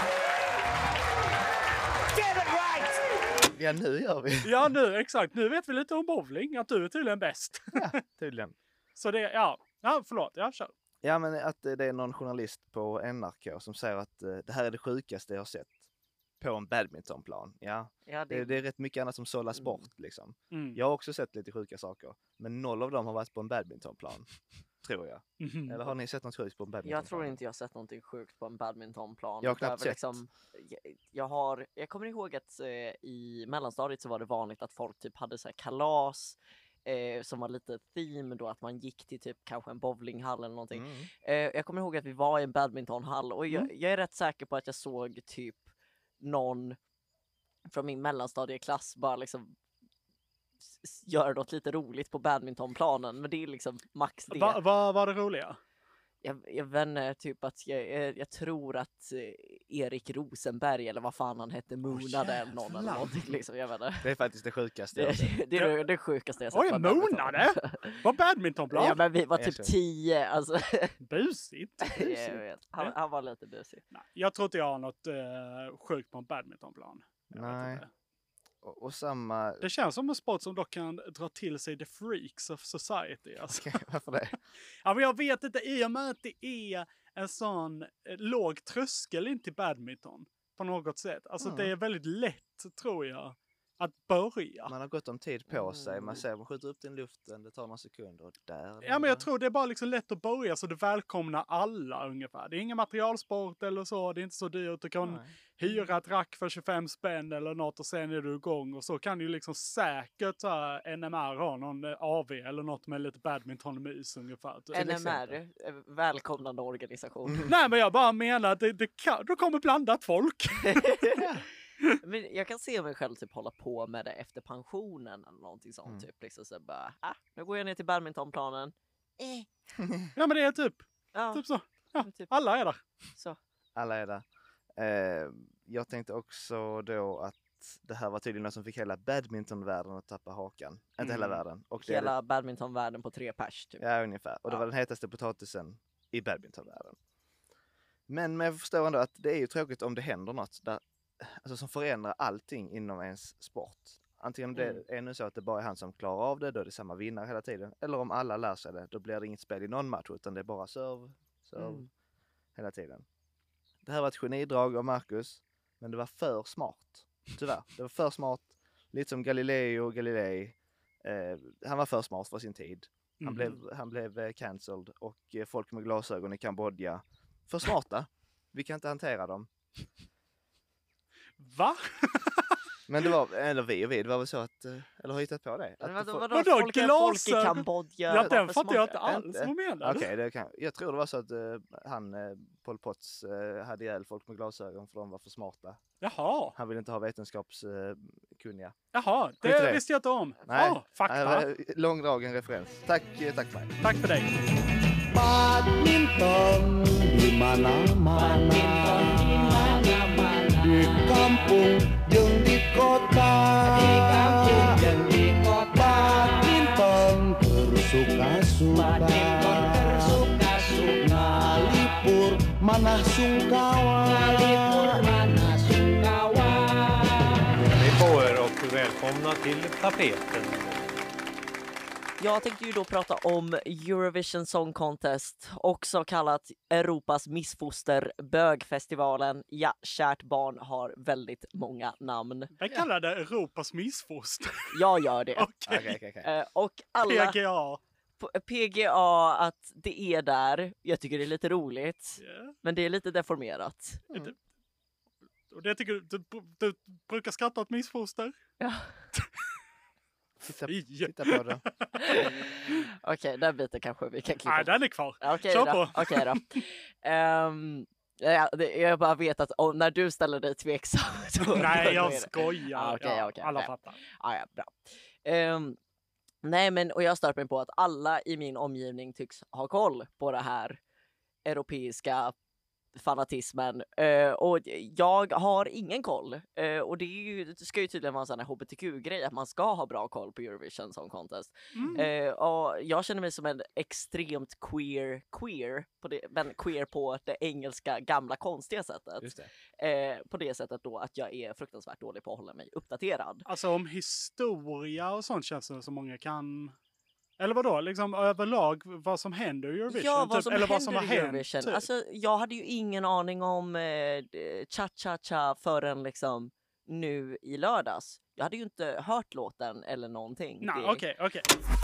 Get it right! Ja, nu gör vi. Ja, nu, exakt. Nu vet vi lite om bowling, att du är tydligen bäst. Ja, tydligen. Så det, förlåt, jag kör. Ja, men att det är någon journalist på NRK som säger att det här är det sjukaste jag har sett. på en badmintonplan. Ja, Ja, det är rätt mycket annat som sållas bort liksom. Mm. Jag har också sett lite sjuka saker, men 0 av dem har varit på en badmintonplan, tror jag. Mhm. Eller har ni sett något sjukt på en badmintonplan? Jag tror inte jag har sett någonting sjukt på en badmintonplan. Jag har knappt Utöver sett. Jag kommer ihåg att i mellanstadiet så var det vanligt att folk typ hade så här kalas som var lite theme då, att man gick till typ kanske en bowlinghall eller någonting. Jag kommer ihåg att vi var i en badmintonhall och jag är rätt säker på att jag såg typ någon från min mellanstadieklass bara liksom göra något lite roligt på badmintonplanen, men det är liksom max det. Vad var det roliga? Jag vänner typ att jag tror att Erik Rosenberg eller vad fan han hette moonade eller någon eller någonting liksom, jag vet inte. Det är faktiskt det sjukaste jag har sett. Det är det sjukaste jag sett. Oj, moonade? På badmintonplan? Ja, men vi var typ Erkänn. 10 alltså. Busigt. Jag vet. Han var lite busig. Nej, jag tror inte jag har något sjukt på en badmintonplan. Jag vet Nej. inte. Och samma... Det känns som en sport som dock kan dra till sig the freaks of society. Alltså. Okej, varför det? Ja, men jag vet inte, i och med att det är en sån låg tröskel in till badminton på något sätt. Alltså det är väldigt lätt, tror jag, att börja. Man har gått om tid på sig, man ser, man skjuter upp den i luften, det tar några sekunder och där... Ja, men jag tror det är bara liksom lätt att börja så du välkomnar alla ungefär. Det är ingen materialsport eller så, det är inte så dyrt. Du kan hyra ett rack för 25 spänn eller något och sen är du igång. Och så kan ju liksom säkert NMR ha någon AV eller något med lite badmintonmys ungefär. NMR, välkomnande organisation. Nej, men jag bara menar att du kommer blandat folk. Men jag kan se mig själv typ hålla på med det efter pensionen eller någonting sånt typ liksom så bara, nu går jag ner till badmintonplanen. Ja, men det är typ så. Ja, typ. alla är där. Så. Alla är där. Jag tänkte också då att det här var tydligen något som fick hela badmintonvärlden att tappa hakan. Inte hela världen. Och det hela badmintonvärlden på 3 pers typ. Ja, ungefär. Och det var den hetaste potatisen i badmintonvärlden. Men jag förstår ändå att det är ju tråkigt om det händer något där, alltså, som förändrar allting inom ens sport. Antingen det är nu så att det bara är han som klarar av det, då är det samma vinnare hela tiden. Eller om alla lär sig det, då blir det inget spel i någon match, utan det är bara serve hela tiden. Det här var ett genidrag av Marcus, men det var för smart. Tyvärr. Det var för smart. Lite som Galileo Galilei. Han var för smart för sin tid. Han blev cancelled och folk med glasögon i Kambodja för smarta. Vi kan inte hantera dem. Va? Men det var, det var väl så att, eller har hittat på det? Vadå folk i Kambodja? Ja, den fattar jag inte alls. Vad menar du? Okej, jag tror det var så att Pol Pots hade ihjäl folk med glasögon för de var för smarta. Jaha. Han ville inte ha vetenskapskunniga. Jaha, det visste jag inte om. Nej, fakta. Långdragen referens. Tack mig. Tack för dig. Badminton di mana-mana, di kampung jeung di kota, badminton tersuka-suka, ngalipur manah sungkawa. Hej på er och välkomna till tapeten. Jag tänkte ju då prata om Eurovision Song Contest, också kallat Europas missfoster, bögfestivalen. Ja, kärt barn har väldigt många namn. Jag kallar det Europas missfoster. Jag gör det. Okej. Och alla... PGA. PGA, att det är där. Jag tycker det är lite roligt. Men det är lite deformerat. Och det tycker du brukar skratta åt missfoster? Ja. Titta på det. Okej, den biten kanske vi kan klippa. Nej, den är kvar. Kör på. Okej då. Jag bara vet att när du ställer dig tveksam... Nej, jag skojar. Okej. Alla fattar. Ja, bra. Nej, men och jag stör mig på att alla i min omgivning tycks ha koll på det här europeiska fanatismen, och jag har ingen koll, och det ska ju tydligen vara en sån här hbtq-grej att man ska ha bra koll på Eurovision Song Contest. Och jag känner mig som en extremt queer på det, men queer på det engelska gamla konstiga sättet. Just det. På det sättet då att jag är fruktansvärt dålig på att hålla mig uppdaterad. Alltså om historia och sånt känns det som många kan Eller vadå? Liksom överlag vad som händer i Eurovision? Ja, vad typ, som eller händer vad som har i hänt? Eurovision. Typ. Alltså, jag hade ju ingen aning om Cha-Cha-Cha förrän liksom nu i lördags. Jag hade ju inte hört låten eller någonting. Nej, Det- okej.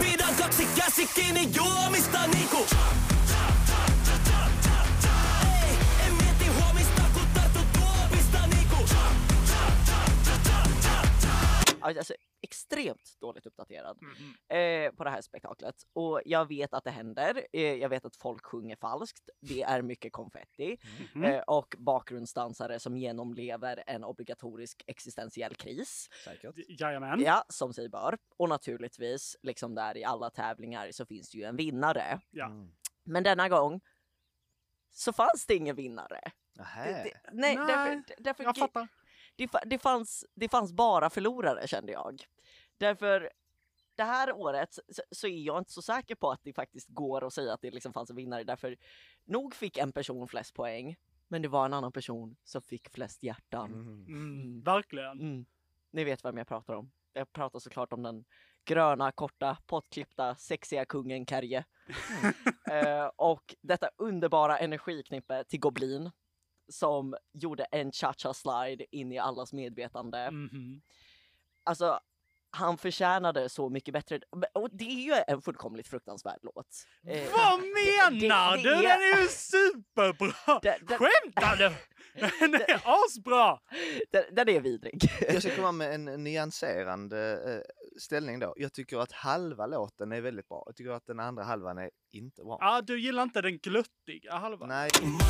Alltså extremt dåligt uppdaterad på det här spektaklet. Och jag vet att det händer. Jag vet att folk sjunger falskt. Det är mycket konfetti. Och bakgrundsdansare som genomlever en obligatorisk existentiell kris. Säkert. Jajamän. Ja, som sig bör. Och naturligtvis, liksom där i alla tävlingar så finns det ju en vinnare. Ja. Men denna gång så fanns det ingen vinnare. Nähä. Nej, Nej, därför Jag fattar. det fanns bara förlorare, kände jag. Därför det här året så är jag inte så säker på att det faktiskt går att säga att det liksom fanns en vinnare. Därför nog fick en person flest poäng, men det var en annan person som fick flest hjärtan. Verkligen. Ni vet vem jag pratar om. Jag pratar såklart om den gröna, korta, pottklippta, sexiga kungen Kärje. Och detta underbara energiknippe till Goblin som gjorde en cha-cha slide in i allas medvetande. Alltså, han förtjänade så mycket bättre. Och det är ju en fullkomligt fruktansvärd låt. Vad menar du? Den är ju superbra! Skämtar du? Den är asbra! Den är vidrig. Jag ska komma med en nyanserande ställning då. Jag tycker att halva låten är väldigt bra. Jag tycker att den andra halvan är inte bra. Ja, du gillar inte den gluttiga halvan. Nej.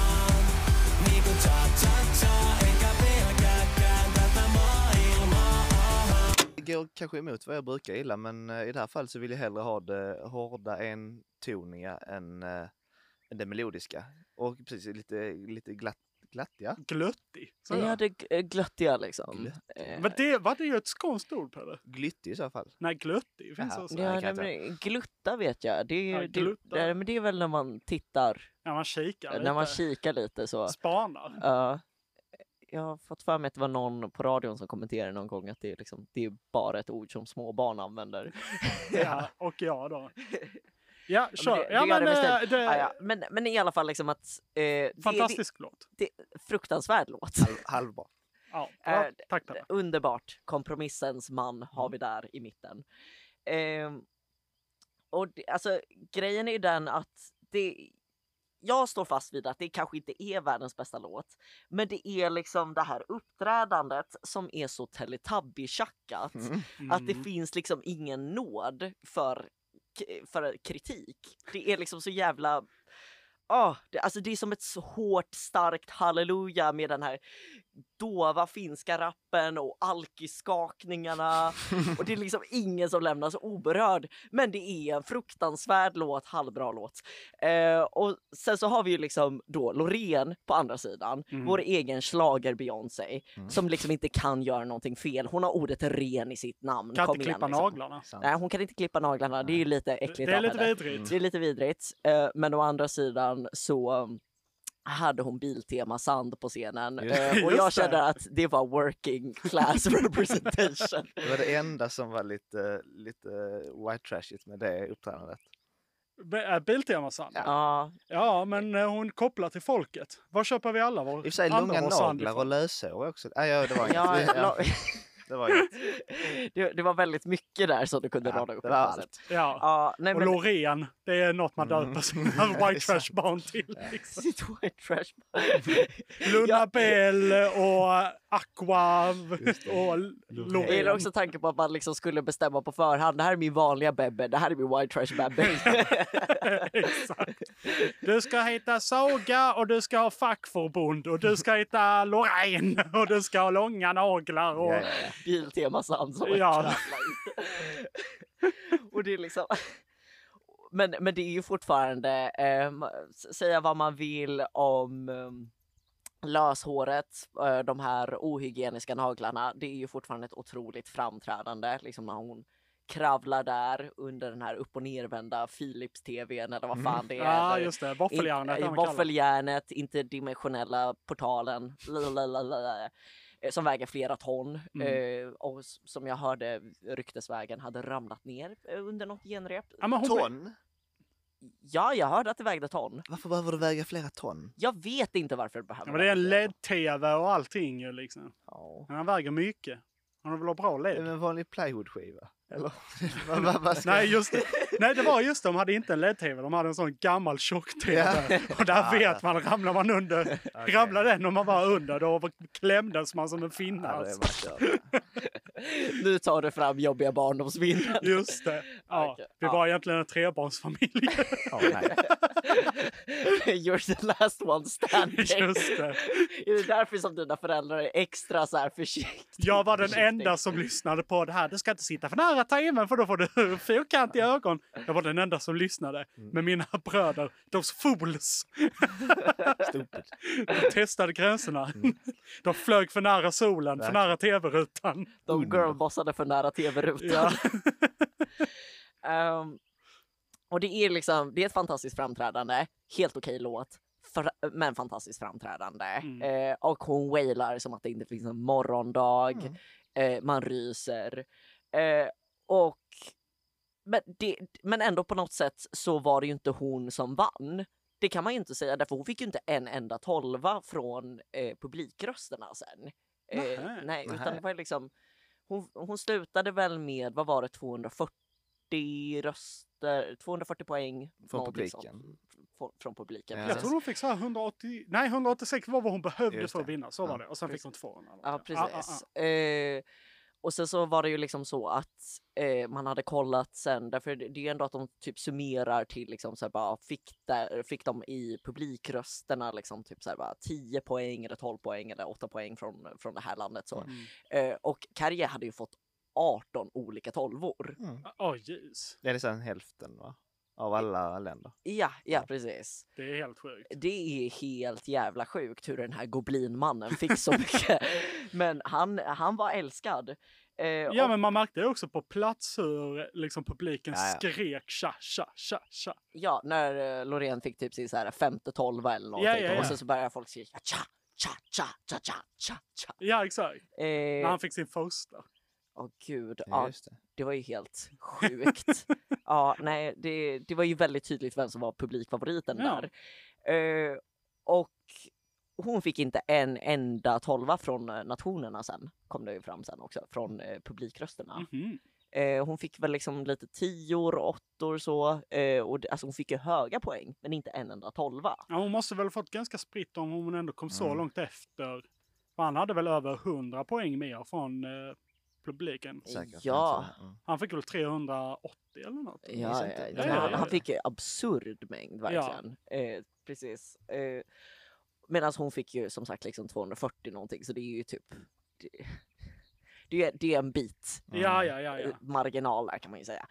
Det går kanske emot vad jag brukar gilla, men i det här fallet så vill jag hellre ha det hårda entoniga än det melodiska. Och precis lite glattiga. Gluttig. Ja, det glöttiga liksom. Men det var det ju ett skånskt ord på det. Glyttig i så fall. Nej, gluttig finns också. Ja, men glutta vet jag. Det är, glutta. men det är väl när man tittar. När man kikar lite. När man kikar lite så. Spanar. Ja. Jag har fått för mig att det var någon på radion som kommenterade någon gång att det är, liksom, det är bara ett ord som små barn använder. Ja, och jag då. Ja, men i alla fall liksom att... fantastisk låt. Fruktansvärd låt. Halvbra. Ja, tack. Underbart. Kompromissens man har vi där i mitten. Och alltså, grejen är ju den att jag står fast vid att det kanske inte är världens bästa låt, men det är liksom det här uppträdandet som är så teletubby-tjackat att det finns liksom ingen nåd för kritik. Det är liksom så jävla... alltså det är som ett så hårt, starkt halleluja med den här dova finska rappen och alkiskakningarna. Och det är liksom ingen som lämnas oberörd. Men det är en fruktansvärd låt, halvbra låt. Och sen så har vi ju liksom då Loreen på andra sidan. Vår egen schlager Beyoncé. Som liksom inte kan göra någonting fel. Hon har ordet ren i sitt namn. Kan inte klippa naglarna. Nej, hon kan inte klippa naglarna. Det är ju lite äckligt. Det är lite vidrigt. Det är lite vidrigt. Men å andra sidan så hade hon Biltema Sand på scenen. Och jag kände att det var working class representation. Det var det enda som var lite white trashigt med det uppträdandet. Biltema Sand? Ja, men hon kopplar till folket. Vad köper vi alla? I och för sig långa naglar och lösår också. Det var inget. Det var det var väldigt mycket där som du kunde rada upp. Det var allt. Ja. Och Loreen, det är något man döper sina white trash barn till. Liksom. Sitt white trash barn. Luna Bell och Aqua och Loreen. Jag gillar också tanken på att man liksom skulle bestämma på förhand. Det här är min vanliga bebbe, det här är min white trash bebbe. Exakt. Du ska heta Saga och du ska ha fackförbund och du ska heta Loreen och du ska ha långa naglar och... Biltema Sand som och det är liksom men det är ju fortfarande säga vad man vill om löshåret, de här ohygieniska naglarna, det är ju fortfarande ett otroligt framträdande liksom när hon kravlar där under den här upp- och nervända Philips-tvn eller vad fan det är. Ja, just det. Våffeljärnet. Våffeljärnet, interdimensionella portalen. som väger flera ton och som jag hörde ryktesvägen hade ramlat ner under något genrep. Ja, men Ton? Ja, jag hörde att det vägde ton. Varför behöver du väga flera ton? Jag vet inte varför det behöver. Ja, men det är en LED-tv och allting ju liksom. Ja. Men han väger mycket. Han har väl ha bra Det är LED. en vanlig plywoodskiva. Eller? Nej, just det. Nej, det var just det. De hade inte en LED-tv. De hade en sån gammal tjock-tv. Ja. Och där vet man, ramlar man under. Ramlar den och man var under, då klämdes man som en finne. Ja, det är Alltså. man kör. Nu tar du fram jobbiga barndomsminnen. Just det. Ja, Okej. vi var egentligen en trebarnsfamilj. Nej. You're the last one standing. Just det. Är det därför som dina föräldrar är extra så här försiktiga? Jag var den enda som lyssnade på det här. Du ska inte sitta för nära tvn för då får du fyrkantiga ögon. Jag var den enda som lyssnade. Men mina bröder, those fools. Stupid. De testade gränserna. De flög för nära solen, för nära tv-rutan. De girlbossade för nära tv-rutan. Ja. Och det är liksom, det är ett fantastiskt framträdande. Helt okej låt. Men fantastiskt framträdande. Och hon wailar som att det inte finns en morgondag. Man ryser. Men ändå på något sätt så var det ju inte hon som vann. Det kan man ju inte säga, därför hon fick ju inte en enda 12 från publikrösterna sen. Nej, utan det var liksom hon slutade väl med, vad var det, 240 röster, 240 poäng Från publiken. Från publiken. Ja. Jag tror hon fick så här 186 var vad hon behövde Just för att det. vinna. Så var Ja, det. Och sen fick hon 200. Ja, precis. Och sen så var det ju liksom så att man hade kollat sen, därför det är ju ändå att de typ summerar till liksom så här bara fick de i publikrösterna liksom typ så här bara 10 poäng eller 12 poäng eller 8 poäng från det här landet så. Och Kärje hade ju fått 18 olika 12-or. Jeez. Det är nästan hälften, va? Av alla länder. Ja, precis. Det är helt sjukt. Det är helt jävla sjukt hur den här goblinmannen fick så mycket. Men han var älskad. Ja, men man märkte ju också på plats hur liksom publiken skrek tja, tja, tja, tja. Ja, när Loreen fick typ sin så här 5:12 eller någonting. Och så började folk skrika tja, tja, tja, tja, tja, tja, tja. Ja, exakt. När han fick sin första. Åh gud, Ja, just det. det var ju helt sjukt. Ja, nej, det var ju väldigt tydligt vem som var publikfavoriten där. Och hon fick inte en enda 12 från nationerna sen, kom det ju fram sen också, från publikrösterna. Hon fick väl liksom lite 10-or, 8-or så, och alltså hon fick ju höga poäng, men inte en enda 12. Ja, hon måste väl fått ganska spritt om hon ändå kom så långt efter. Han hade väl över 100 poäng mer från publiken. Säkert. Ja. Han fick väl 380 eller något. Han fick ju absurd mängd verkligen. Precis. Medan hon fick ju som sagt liksom 240 någonting, så det är ju typ det är en bit. Ja. Marginal där kan man ju säga.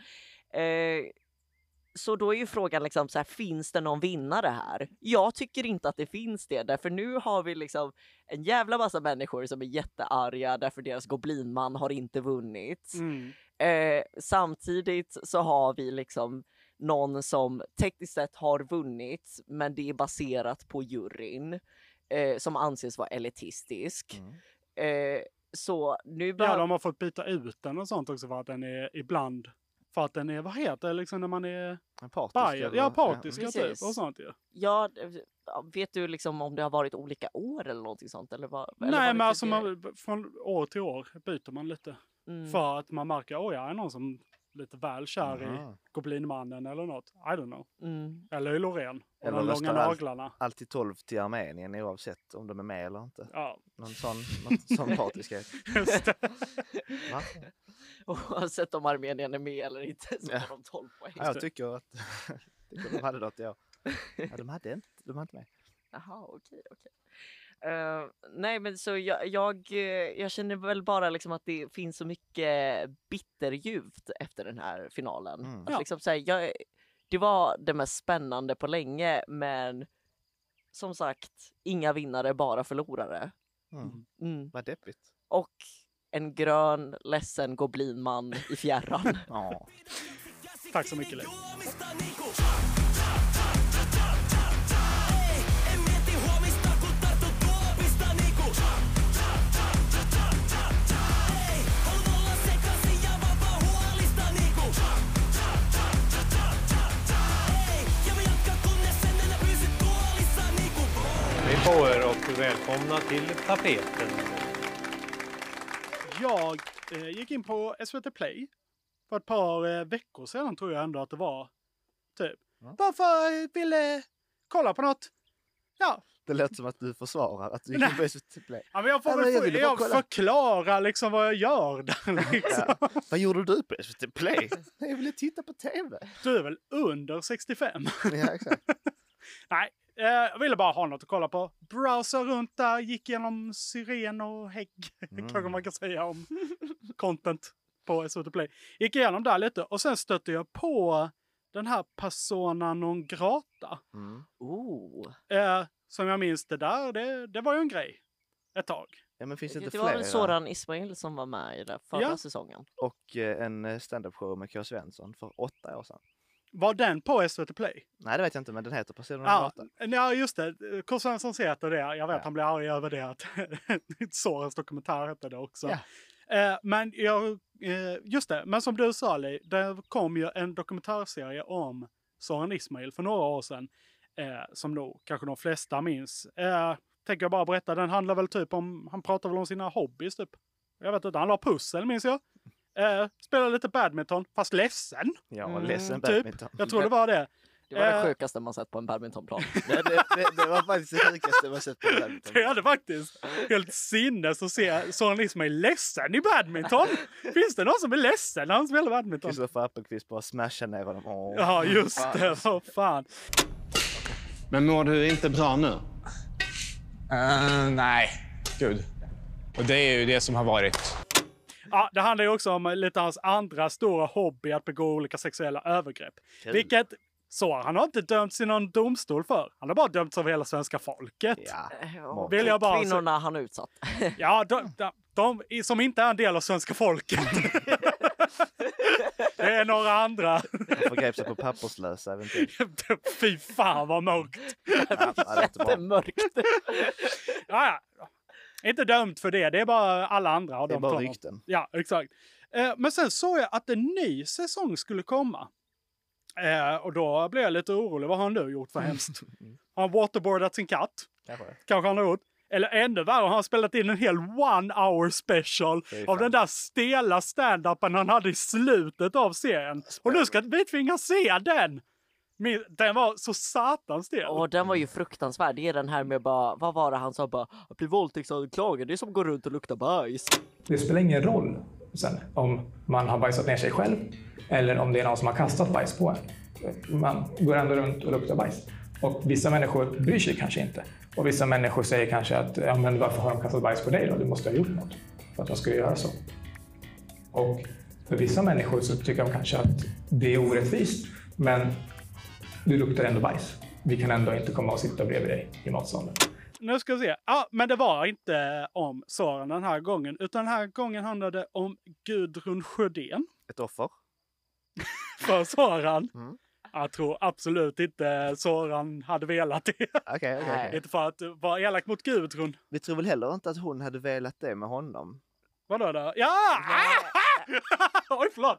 Så då är ju frågan liksom så här, finns det någon vinnare här? Jag tycker inte att det finns det, därför nu har vi liksom en jävla massa människor som är jättearga därför deras goblinman har inte vunnit. Samtidigt så har vi liksom någon som tekniskt sett har vunnit, men det är baserat på juryn som anses vara elitistisk. Så nu de har fått byta ut den och sånt också för att den är ibland, för att den är, vad heter det liksom när man är partisk? Ja, partisk typ och sånt ju. Ja, vet du liksom om det har varit olika år eller någonting sånt? Eller vad, nej, eller men alltså från år till år byter man lite. För att man märker, jag är någon som lite väl kär i Goblinmannen eller något. I don't know. Eller i Loreen. Och de långa naglarna. Alltid 12 till Armenien oavsett om de är med eller inte. Ja. Någon sån partiskhet. Just det. Va? Oavsett om Armenien är med eller inte så får de 12 poäng. Ja, jag tycker att de hade något, ja. De hade inte med. Jaha, okej. Nej, men så jag känner väl bara liksom att det finns så mycket bitterljuvt efter den här finalen. Att liksom, så här, det var det mest spännande på länge, men som sagt, inga vinnare, bara förlorare. Vad deppigt. Och en grön, ledsen goblinman i fjärran. Tack så mycket, Leif. välkomna till tapeten. Jag gick in på SVT Play för ett par veckor sedan, tror jag ändå att det var. Typ. Varför ville kolla på något? Ja. Det lät som att du försvarar att du gick in på SVT Play. Ja, men jag får förklara liksom vad jag gör där. Liksom. Ja. Vad gjorde du på SVT Play? Jag ville titta på tv. Du är väl under 65? Ja, exakt. Nej, jag ville bara ha något att kolla på. Browsa runt där, gick igenom syren och hägg. Kanske man kan säga om content på SVT Play. Gick igenom där lite och sen stötte jag på den här Persona non grata. Som jag minns det där, det var ju en grej. Ett tag. Ja, men finns det inte det flera? var väl Soran Ismail som var med i det förra säsongen. Och en stand-up show med K. Svensson för 8 år sedan. Var den på SVT Play? Nej, det vet jag inte, men den heter Persona non grata. Ja, just det. K. Svensson heter det. Jag vet, han blir arg över det. Att Sorens dokumentär hette det också. Ja. Men just det. Men som du sa, Li, det kom ju en dokumentärserie om Soran Ismail för några år sedan. Som nog kanske de flesta minns. Tänker jag bara berätta. Den handlar väl typ om, han pratar väl om sina hobbies typ. Jag vet inte, han la pussel minns jag. Spelar lite badminton, fast ledsen. Ja, ledsen typ. badminton. Jag tror det var det. Det var det sjukaste man sett på en badmintonplan. Det var faktiskt det sjukaste man sett på en badmintonplan. Det hade faktiskt helt sinnes att se Soran Ismail ledsen i badminton. Finns det någon som är ledsen när han spelar badminton? Kristoffer Appelqvist bara smashar ner honom. Ja, just det. Vad fan. Men mår du inte bra nu? Nej, gud. Och det är ju det som har varit. Ja, det handlar ju också om lite hans andra stora hobby, att begå olika sexuella övergrepp. Kul. Vilket, så han har inte dömts i någon domstol för. Han har bara dömts av hela svenska folket. Ja. Vill jag bara kvinnorna han utsatt. Ja, de som inte är en del av svenska folket. Det är några andra. Han förgrep sig på papperslösa eventuellt. Fy fan vad mörkt. Jättemörkt. Ja. Inte dömt för det. Det är bara alla andra. Och det är bara rykten. Ja, exakt. Men sen såg jag att en ny säsong skulle komma. Och då blev jag lite orolig. Vad har han nu gjort för hemskt? Har han waterboardat sin katt? Kanske han har gjort. Eller ännu värre, har han spelat in en hel 1 hour special av den där stela stand-upen han hade i slutet av serien. Och nu ska vi tvingas se den! Den var så satans stel. Och den var ju fruktansvärd. Det är den här med bara, vad var det han sa bara, att bli våldtäktsanklagad, det är som går runt och luktar bajs. Det spelar ingen roll sen om man har bajsat ner sig själv eller om det är någon som har kastat bajs på en. Man går ändå runt och luktar bajs. Och vissa människor bryr sig kanske inte. Och vissa människor säger kanske att ja, men varför har de kastat bajs på dig då? Du måste ha gjort något för att de skulle göra så. Och för vissa människor så tycker de kanske att det är orättvist, men du luktar ändå bajs. Vi kan ändå inte komma och sitta bredvid dig i matsalen. Nu ska vi se. Ja, men det var inte om Soran den här gången. Utan den här gången handlade det om Gudrun Sjödén. Ett offer? För Soran. Jag tror absolut inte Soran hade velat det. Okej. Inte för att vara elak mot Gudrun. Vi tror väl heller inte att hon hade velat det med honom. Vadå då? Ja! Oj, förlåt.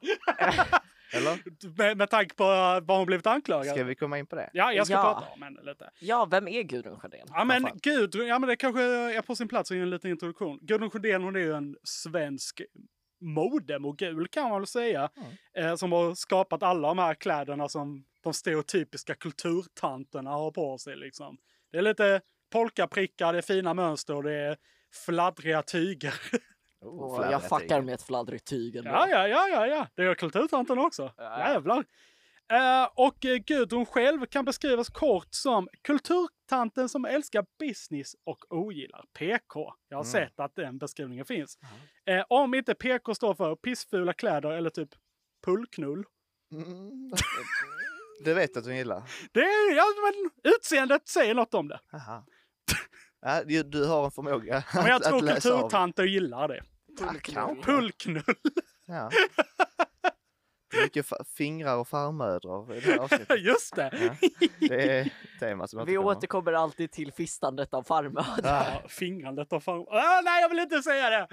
Eller? Med tanke på vad hon blivit anklagad. Ska vi komma in på det? Ja, jag ska prata om henne lite. Ja, vem är Gudrun Sjödén? Ja, men Gudrun, det kanske är på sin plats att ge en liten introduktion. Gudrun Sjödén, hon är ju en svensk modemogul kan man väl säga. Som har skapat alla de här kläderna som de stereotypiska kulturtanterna har på sig liksom. Det är lite polkaprickar, det är fina mönster och det är fladdriga tyger. Jag fuckar med ett fladdrigt tyg. Ja. Det gör kulturtanten också. Jävlar. Och Gudrun själv kan beskrivas kort som kulturtanten som älskar business och ogillar PK. Jag har sett att den beskrivningen finns. Om inte PK står för pissfula kläder eller typ pullknull. Det vet jag att hon gillar. Men utseendet säger något om det. Aha. Ja, du har en förmåga men jag att tror läsa kulturtanter gillar det. Pullknull. Ja. Det är mycket fingrar och farmödrar i det här avsnittet. Just det. Ja. Det är tema som vi återkommer alltid till fistandet av farmödrar. Ja, fingrandet av farmödrar. Nej, jag vill inte säga det.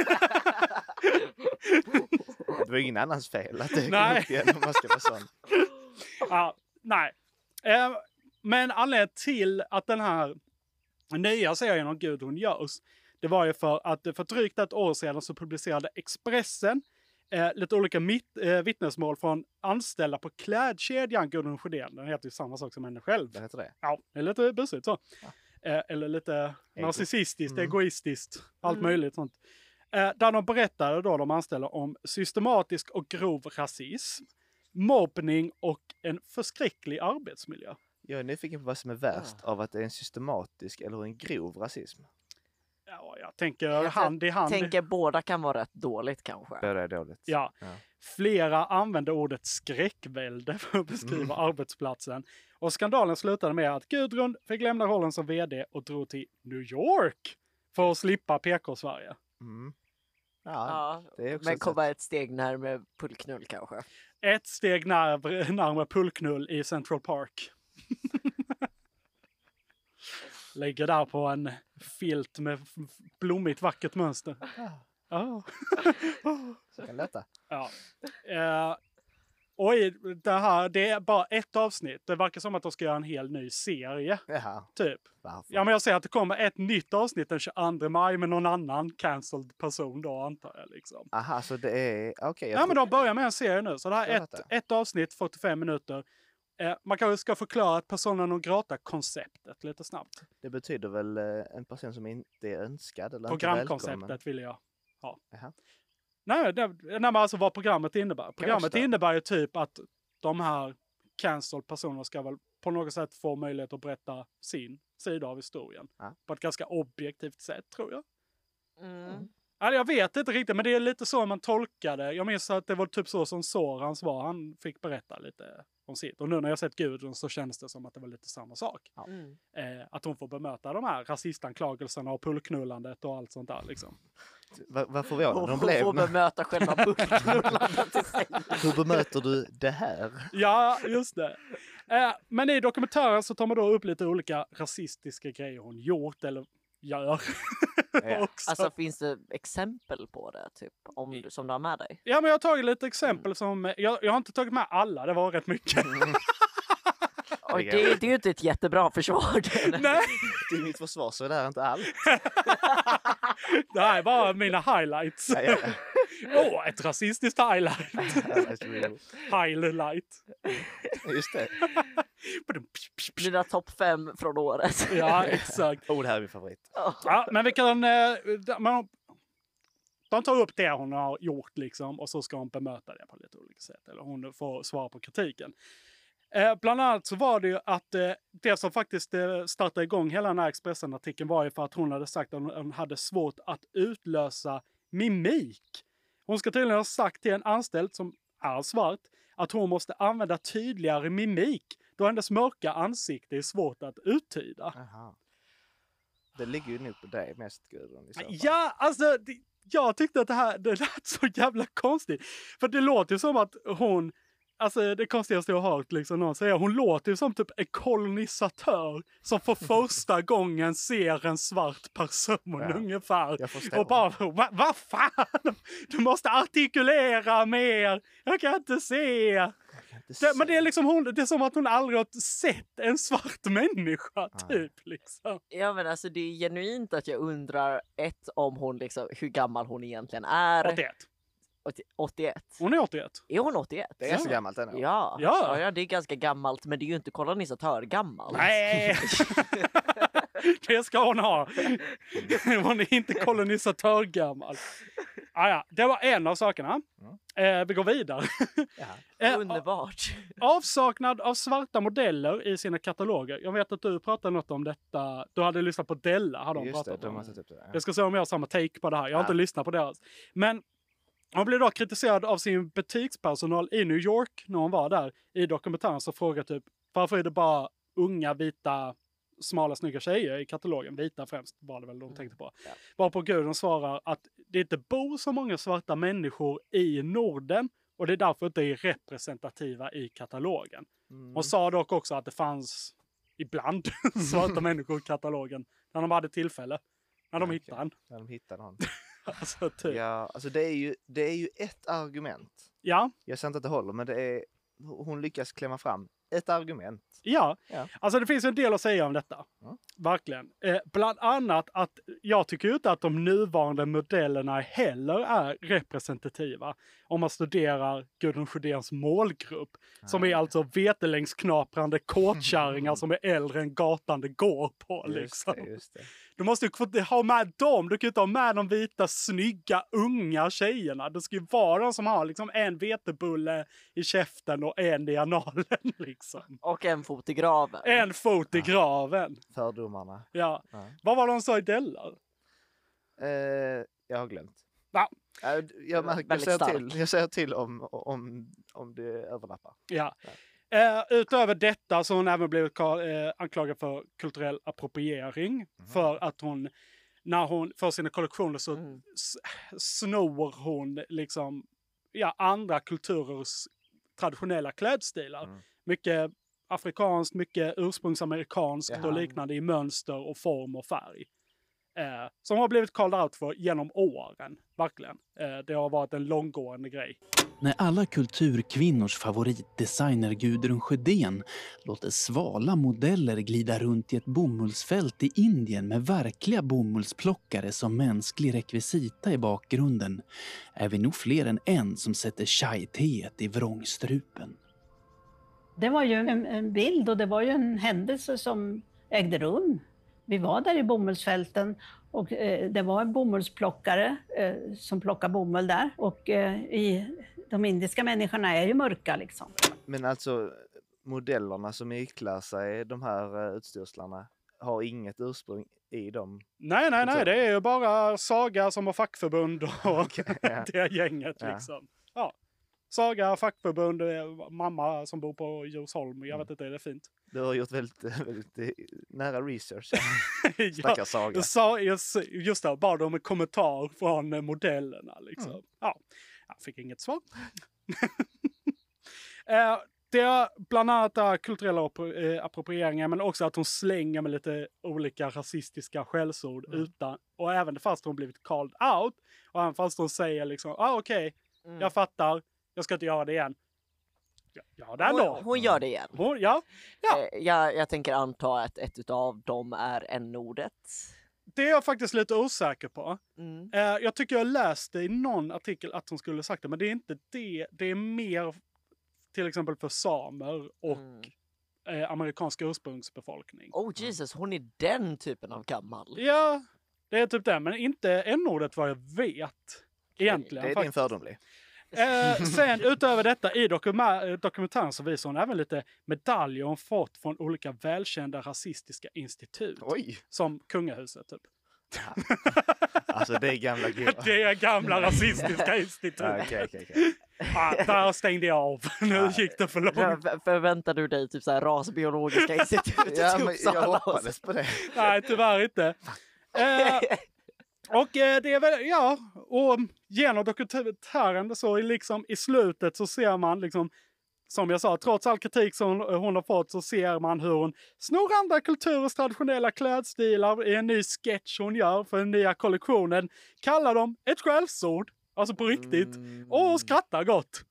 Det var ingen annans fel att det kom upp igen om man ska vara sån. Nej. Men anledningen till att den här nya serien om Gudrun görs, det var ju för att för drygt ett år sedan så publicerade Expressen lite olika vittnesmål från anställda på klädkedjan Gudrun Sjödén. Den heter ju samma sak som henne själv. Det heter det? Ja, det är lite busigt så. Eller lite narcissistiskt, egoistiskt, allt möjligt sånt. Där de berättade då de anställda om systematisk och grov rasism, mobbning och en förskräcklig arbetsmiljö. Jag är nyfiken på vad som är värst av att det är en systematisk eller en grov rasism. Ja, jag tänker hand i hand. Tänker båda kan vara rätt dåligt kanske. Båda är dåligt. Ja. Flera använde ordet skräckvälde för att beskriva arbetsplatsen. Och skandalen slutade med att Gudrun fick lämna rollen som vd och drog till New York för att slippa PK-Sverige. Ja, det är också men komma ett steg närmare pullknull kanske. Ett steg närmare pullknull i Central Park. Lägger där på en filt med blommigt vackert mönster. Så kan detta. Ja. Oj, det är bara ett avsnitt. Det verkar som att de ska göra en hel ny serie. Jaha. Typ. Varför? Ja, men jag säger att det kommer ett nytt avsnitt den 22 maj med någon annan cancelled person då, antar jag. Liksom. Aha, så det är... Okej. Ja, men de börjar med en serie nu. Så det här är ett avsnitt, 45 minuter. Man kanske ska förklara ett persona non grata-konceptet lite snabbt. Det betyder väl en person som inte är önskad eller programkonceptet vill jag ha. Jaha. Nej, men alltså vad programmet innebär. Programmet innebär ju typ att de här cancelled personerna ska väl på något sätt få möjlighet att berätta sin sida av historien. På ett ganska objektivt sätt, tror jag. Alltså, jag vet inte riktigt, men det är lite så man tolkade. Jag minns att det var typ så som Sorans var. Han fick berätta lite om sitt. Och nu när jag sett Gudrun så känns det som att det var lite samma sak. Att hon får bemöta de här rasistanklagelserna och pullknullandet och allt sånt där liksom. Vad förvånad de blev. Hon får bemöta själva pullknullandet i sig. Hur bemöter du det här? Ja, just det. Men i dokumentären så tar man då upp lite olika rasistiska grejer hon gjort eller gör. Alltså finns det exempel på det typ som du har med dig? Ja, men jag har tagit lite exempel som jag har inte tagit med alla, det var rätt mycket. Och det är ju inte ett jättebra försvar. Nej. Det är mitt försvar så det är inte allt. Det här är bara mina highlights. Ett rasistiskt highlight. Highlight. Just det. Mina topp 5 från året. Ja, exakt. Det här är min favorit. Ja, men vi kan... de tar upp det hon har gjort liksom, och så ska hon bemöta det på lite olika sätt. Eller hon får svara på kritiken. Bland annat så var det ju att det som faktiskt startade igång hela den här Expressen-artikeln var ju för att hon hade sagt att hon hade svårt att utlösa mimik. Hon ska tydligen ha sagt till en anställd som är svart att hon måste använda tydligare mimik då hennes mörka ansikte är svårt att uttyda. Aha. Det ligger ju nog på dig mest, Gudrun. Ja, alltså jag tyckte att det lät så jävla konstigt. För det låter ju som att hon... Alltså det konstigaste jag har hört liksom någon säga. Hon låter ju som typ en kolonisatör som för första gången ser en svart person ungefär. Jag förstår. Och bara, vad fan? Du måste artikulera mer. Jag kan inte se. Men det är liksom det är som att hon aldrig har sett en svart människa typ liksom. Ja, men alltså det är genuint att jag undrar om hon liksom, hur gammal hon egentligen är. 81. Hon är 81. Är hon 81? Det är ganska gammalt ändå. Ja, det är ganska gammalt, men det är ju inte kolonisatör gammalt. Nej! Det ska hon ha. Hon är inte kolonisatör gammal. Det var en av sakerna. Vi går vidare. Underbart. Avsaknad av svarta modeller i sina kataloger. Jag vet att du pratade något om detta. Du hade lyssnat på Della. Hade de pratat om. Jag ska se om jag har samma take på det här. Jag har inte lyssnat på deras. Men hon blev då kritiserad av sin butikspersonal i New York när hon var där. I dokumentären så frågade typ, varför är det bara unga, vita, smala, snygga tjejer i katalogen? Vita främst var det väl de tänkte på. Varpå Gudrun svarar att det inte bor så många svarta människor i Norden. Och det är därför inte är representativa i katalogen. Hon sa dock också att det fanns ibland svarta människor i katalogen. När de hade tillfälle. När de hittade den. När de hittade någon. Alltså, typ. Ja, alltså det är ju ett argument. Ja. Jag säger inte att det håller, men hon lyckas klämma fram ett argument. Ja, Ja. alltså det finns en del att säga om detta. Verkligen. Bland annat att jag tycker inte att de nuvarande modellerna heller är representativa. Om man studerar Gudrun Sjödéns målgrupp. Som är alltså vetelängdsknaprande kåtkärringar som är äldre än gatan det går på. Liksom. Just det. Du måste ju ha med dem. Du kan ju inte ha med de vita, snygga, unga tjejerna. Det ska ju vara de som har liksom en vetebulle i käften och en i analen. Liksom. Och en fot i graven. En fot i graven. Fördomarna. Ja. Vad var de sa i Dellar? Jag har glömt. Va? Jag säger till om det överlappar. Ja. Utöver detta så har hon även blivit anklagad för kulturell appropriering. För att hon, när hon får sina kollektioner så snor hon liksom andra kulturers traditionella klädstilar. Mycket afrikanskt, mycket ursprungsamerikanskt och liknande i mönster och form och färg. Som har blivit called out för genom åren, verkligen. Det har varit en långgående grej. När alla kulturkvinnors favoritdesigner Gudrun Sjödén låter svala modeller glida runt i ett bomullsfält i Indien med verkliga bomullsplockare som mänsklig rekvisita i bakgrunden, är vi nog fler än en som sätter chai-teet i vrångstrupen. Det var ju en bild och det var ju en händelse som ägde rum. Vi var där i bomullsfälten och det var en bomullsplockare som plockar bomull där. Och de indiska människorna är ju mörka liksom. Men alltså modellerna som iklar sig de här utstyrslarna har inget ursprung i dem? Nej, det är ju bara Saga som har fackförbund och det gänget liksom. Ja. Saga, fackförbund, mamma som bor på Djursholm. Jag vet inte, är det fint? Du har gjort väldigt nära research. Stackars Saga. Just det, bara de en kommentar från modellerna. Liksom. Ja, jag fick inget svar. Det är bland annat kulturella approprieringar, men också att hon slänger med lite olika rasistiska skällsord utan, och även fast hon blivit called out, och även fast hon säger liksom, okej, jag fattar. Jag ska inte göra det igen. Ja, det ändå. Hon gör det igen. Jag tänker anta att ett av dem är n-ordet. Det är jag faktiskt lite osäker på. Jag tycker jag läste i någon artikel att hon skulle sagt det. Men det är inte det. Det är mer till exempel för samer och amerikansk ursprungsbefolkning. Oh Jesus, hon är den typen av gammal. Ja, det är typ det. Men inte n-ordet vad jag vet. Egentligen. Det är din fördomlig. Sen utöver detta i dokumentären så visar hon även lite medaljer hon fått från olika välkända rasistiska institut. Oj. Som kungahuset typ. Alltså det är gamla det är gamla rasistiska institut. Okay. Där stängde jag av. Nu gick det för långt. Förväntar du dig typ så här rasbiologiska institutet ja, men jag hoppades på det. Nej, tyvärr inte. Och det är väl, och genom dokumentären så liksom i slutet så ser man liksom, som jag sa, trots all kritik som hon har fått så ser man hur hon snor andra kulturers traditionella klädstilar i en ny sketch hon gör för den nya kollektionen. Kallar dem ett skällsord, alltså på riktigt, och skrattar gott.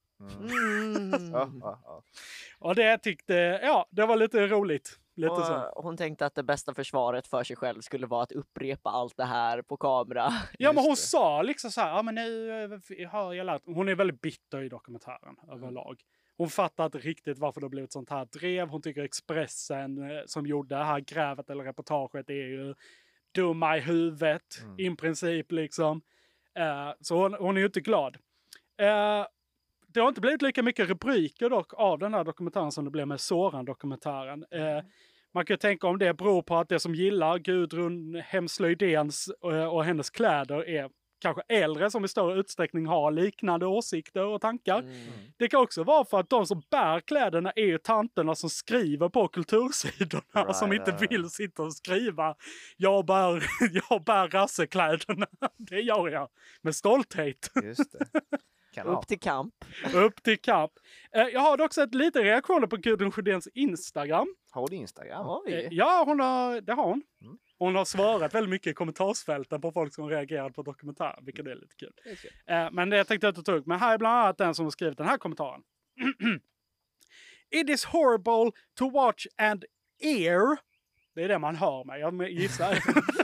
Och det tyckte, det var lite roligt. Lite så. Hon tänkte att det bästa försvaret för sig själv skulle vara att upprepa allt det här på kamera. Ja, men hon sa liksom så här, men nu har jag lärt. Hon är väldigt bitter i dokumentären överlag. Hon fattar inte riktigt varför det blivit sånt här drev. Hon tycker Expressen som gjorde det här grävet eller reportaget är ju dumma i huvudet i princip liksom. Så hon är ju inte glad. Det har inte blivit lika mycket rubriker dock av den här dokumentären som det blev med Soran-dokumentären. Man kan ju tänka om det beror på att det som gillar Gudrun Hemslöjdéns och hennes kläder är kanske äldre som i större utsträckning har liknande åsikter och tankar. Det kan också vara för att de som bär kläderna är ju tanterna som skriver på kultursidorna och som inte vill sitta och skriva. Jag bär rassekläderna. Det gör jag med stolthet. Just det. Upp till kamp. Upp till kamp. Jag har dock sett lite reaktioner på Gudrun Sjödéns Instagram. Har du Instagram? Ja, det har hon. Hon har svarat väldigt mycket i kommentarsfälten på folk som reagerat på dokumentären, vilket är lite kul. Men det tänkte jag inte ta upp. Men här är bland annat den som har skrivit den här kommentaren. It is horrible to watch and hear. Det är det man hör mig, jag gissar.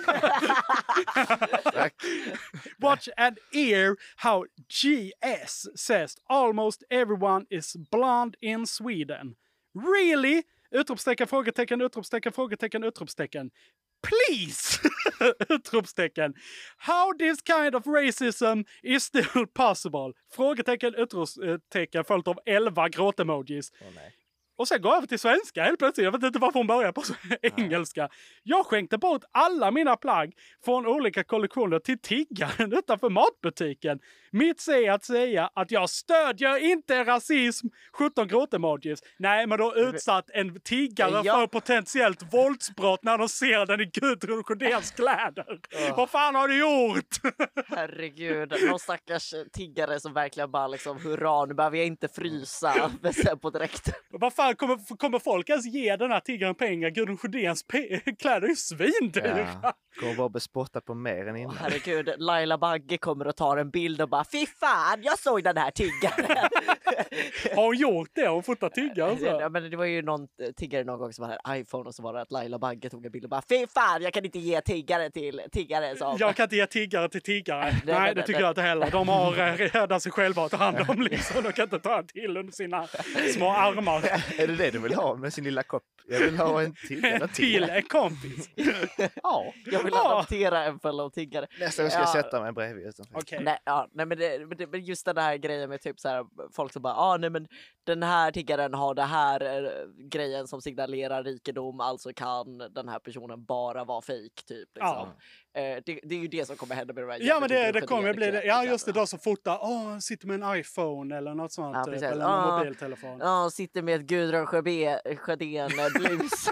Watch and hear how GS says almost everyone is blonde in Sweden. Really? Utropstecken, frågetecken, utropstecken, frågetecken, utropstecken. Please! Utropstecken. How this kind of racism is still possible? Frågetecken, utropstecken följt av 11 gråtemojis. Och sen går jag över till svenska helt plötsligt. Jag vet inte varför hon börjar på engelska. Jag skänkte bort alla mina plagg från olika kollektioner till tiggaren utanför matbutiken. Mitt säg att säga att jag stödjer inte rasism. 17 gråtemojis. Nej, men då utsatt en tiggare för potentiellt våldsbrott när de ser den i Gudrun Sjödéns kläder. Vad fan har du gjort? Herregud, någon stackars tiggare som verkligen bara liksom, hurra, nu behöver jag inte frysa på direkten. Vad fan, kommer folk ens ge den här tiggaren pengar? Gudrun Sjödéns kläder är ju svindyra. Ja, kommer bara bespotta på mer än innan. Herregud, Laila Bagge kommer och tar en bild och bara, fy fan, jag såg den här tiggaren. Har hon gjort det? Har hon fotat tiggaren? Ja, men det var ju någon tiggare någon gång som var här iPhone och så var det att Laila Bagge tog en bild och bara, fy fan, jag kan inte ge tiggare till tiggare. Som... Jag kan inte ge tiggare till tiggare. Nej, det tycker jag inte heller. De har räddat sig själva att ta hand om liksom. De kan inte ta till under sina små armar. Är det du vill ha med sin lilla kopp? Jag vill ha en till. En kompis. Ja, jag vill adoptera en fellow tiggare. Nästa gång ska jag sätta mig bredvid. Okay. Nej, men just den här grejen med typ så här, folk som bara, nej men den här tiggaren har det här grejen som signalerar rikedom, alltså kan den här personen bara vara fake typ liksom. Det är ju det som kommer hända med det här. Ja, men det kommer bli det. Ja, just det, då som fotar, sitter med en iPhone eller något sånt, typ, eller en mobiltelefon. Ja, sitter med ett Gudrun Sjödén blus.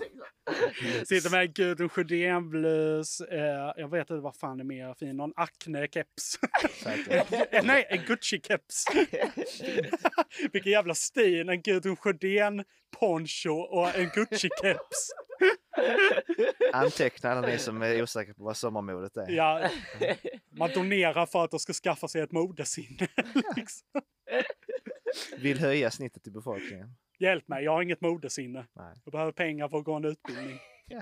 Sitter med en Gudrun Sjödén blus. Jag vet inte vad fan är mer fin. Någon Acne-keps. Nej, en Gucci-keps. Vilken jävla stil. En Gudrun Sjödén poncho och en Gucci-keps. Anteckna alla ni som är osäkra på vad sommarmodet är. Ja, man donerar för att de ska skaffa sig ett modesinne. Liksom. Vill höja snittet i befolkningen. Hjälp mig, jag har inget modesinne. Nej. Jag behöver pengar för att gå en utbildning.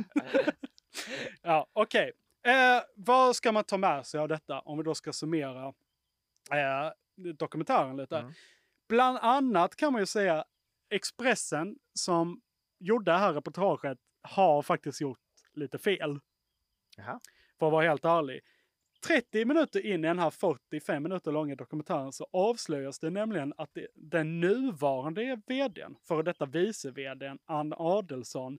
Ja, okej. Vad ska man ta med sig av detta om vi då ska summera dokumentären lite? Bland annat kan man ju säga Expressen som gjorde det här reportaget har faktiskt gjort lite fel. Jaha. För att vara helt ärlig. 30 minuter in i den här 45 minuter långa dokumentären så avslöjas det nämligen att den nuvarande vdn, för detta vice-vdn, Ann Adelsson,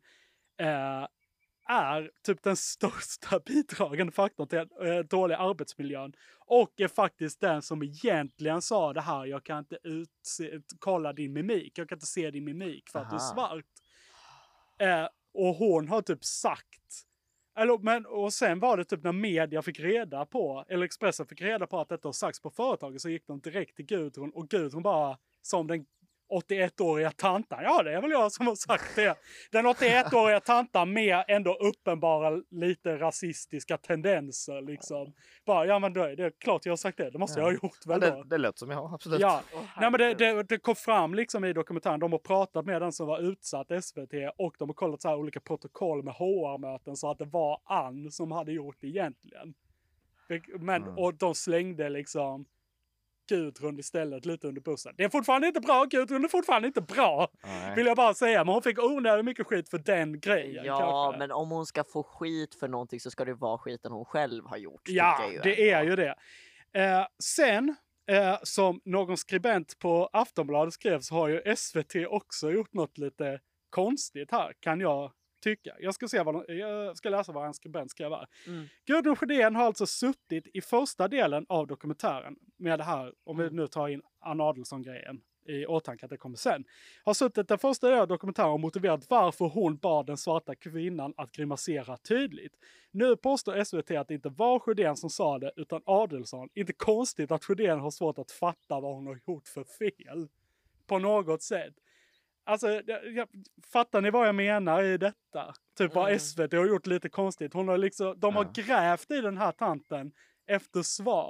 är typ den största bidragande faktorn till dålig arbetsmiljön. Och är faktiskt den som egentligen sa det här, jag kan inte kolla din mimik, jag kan inte se din mimik för att du är svart. Och hon har typ sagt, och sen var det typ när media fick reda på, eller Expressen fick reda på att detta har sagts på företaget, så gick de direkt till Gudrun och Gudrun bara som den 81-åriga tantan. Ja, det är väl jag som har sagt det. Den 81-åriga tantan med ändå uppenbara lite rasistiska tendenser liksom. Bara, ja men det är klart jag har sagt det. Det måste jag ha gjort väl då. Det låter som jag, absolut. Ja, nej men det kom fram liksom i dokumentären. De har pratat med den som var utsatt SVT och de har kollat så här olika protokoll med HR-möten så att det var Ann som hade gjort det egentligen. Men, och de slängde liksom Gudrun istället lite under bussen. Det är fortfarande inte bra, Gudrun är fortfarande inte bra. Nej. Vill jag bara säga, men hon fick onödigt mycket skit för den grejen. Ja, kanske. Men om hon ska få skit för någonting så ska det vara skiten hon själv har gjort. Ja, det är ju det. Sen, som någon skribent på Aftonbladet skrev, så har ju SVT också gjort något lite konstigt här, kan jag tycka. Jag ska läsa vad en skribent skrev här. Gudrun Sjödén har alltså suttit i första delen av dokumentären med det här, om vi nu tar in Ann Adelsson-grejen i åtanke att det kommer sen. Har suttit den första delen av dokumentären och motiverat varför hon bad den svarta kvinnan att grimasera tydligt. Nu påstår SVT att det inte var Sjödén som sa det utan Adelsson. Inte konstigt att Sjödén har svårt att fatta vad hon har gjort för fel. På något sätt. Alltså, fattar ni vad jag menar i detta? Typ vad SVT har gjort lite konstigt. Hon har liksom, de har grävt i den här tanten efter svar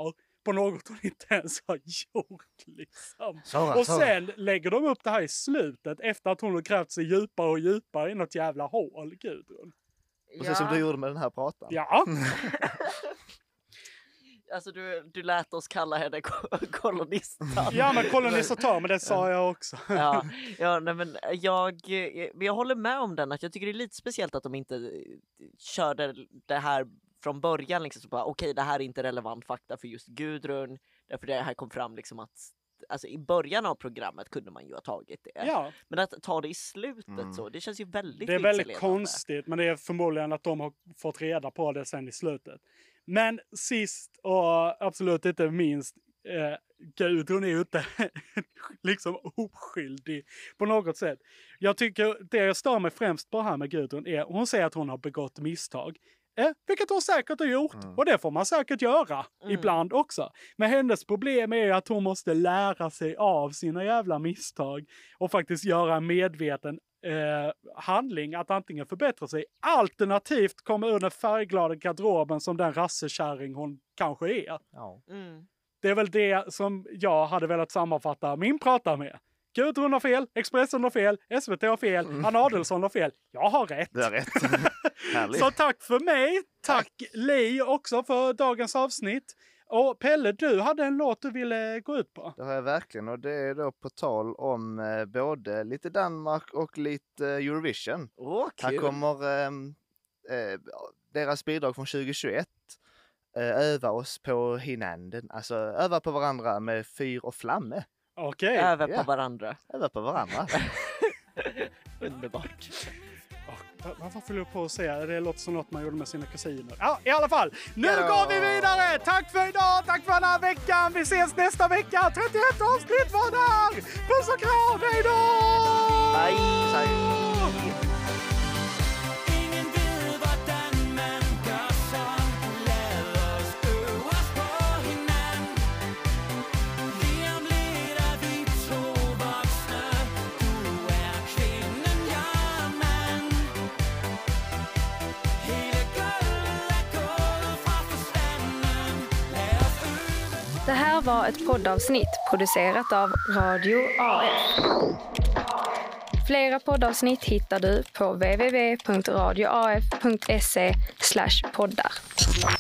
på något hon inte ens har gjort. Liksom. Sara. Och sen lägger de upp det här i slutet efter att hon har grävt sig djupare och djupare i något jävla hål, Gudrun. Precis som du gjorde med den här pratan. Ja. Alltså du lät oss kalla henne kolonistan. Ja, men kolonisatör, men det sa jag också. ja, nej, men jag håller med om den. Att jag tycker det är lite speciellt att de inte körde det här från början. Liksom, så bara, okej, det här är inte relevant fakta för just Gudrun. Därför det här kom fram liksom att alltså, i början av programmet kunde man ju ha tagit det. Ja. Men att ta det i slutet så, det känns ju väldigt Det är väldigt konstigt, men det är förmodligen att de har fått reda på det sen i slutet. Men sist och absolut inte minst, Gudrun är ju inte liksom oskyldig på något sätt. Jag tycker det jag stör mig främst på här med Gudrun är hon säger att hon har begått misstag. Vilket hon säkert har gjort. Och det får man säkert göra ibland också. Men hennes problem är ju att hon måste lära sig av sina jävla misstag. Och faktiskt göra en medveten handling att antingen förbättra sig. Alternativt komma ur den färgglada garderoben som den rassekärring hon kanske är. Ja. Det är väl det som jag hade velat sammanfatta min prata med. Gudrun har fel, Expressen har fel, SVT har fel, Anna Adelsson har fel. Jag har rätt. Du har rätt. Härligt. Så tack för mig. Tack Li också för dagens avsnitt. Och Pelle, du hade en låt du ville gå ut på. Det har jag verkligen, och det är då på tal om både lite Danmark och lite Eurovision. Här kommer deras bidrag från 2021. Öva oss på hinanden, alltså öva på varandra med fyr och flamme. Okej. Öva på varandra. Öva på varandra. Underbart. Varför fyller jag på att säga? Det låter som något man gjorde med sina kusiner. Ja, i alla fall. Nu går vi vidare. Tack för idag. Tack för den här veckan. Vi ses nästa vecka. 31 avsnitt var där. Puss och kram. Hej då! Bye. Det här var ett poddavsnitt producerat av Radio AF. Flera poddavsnitt hittar du på www.radioaf.se/poddar.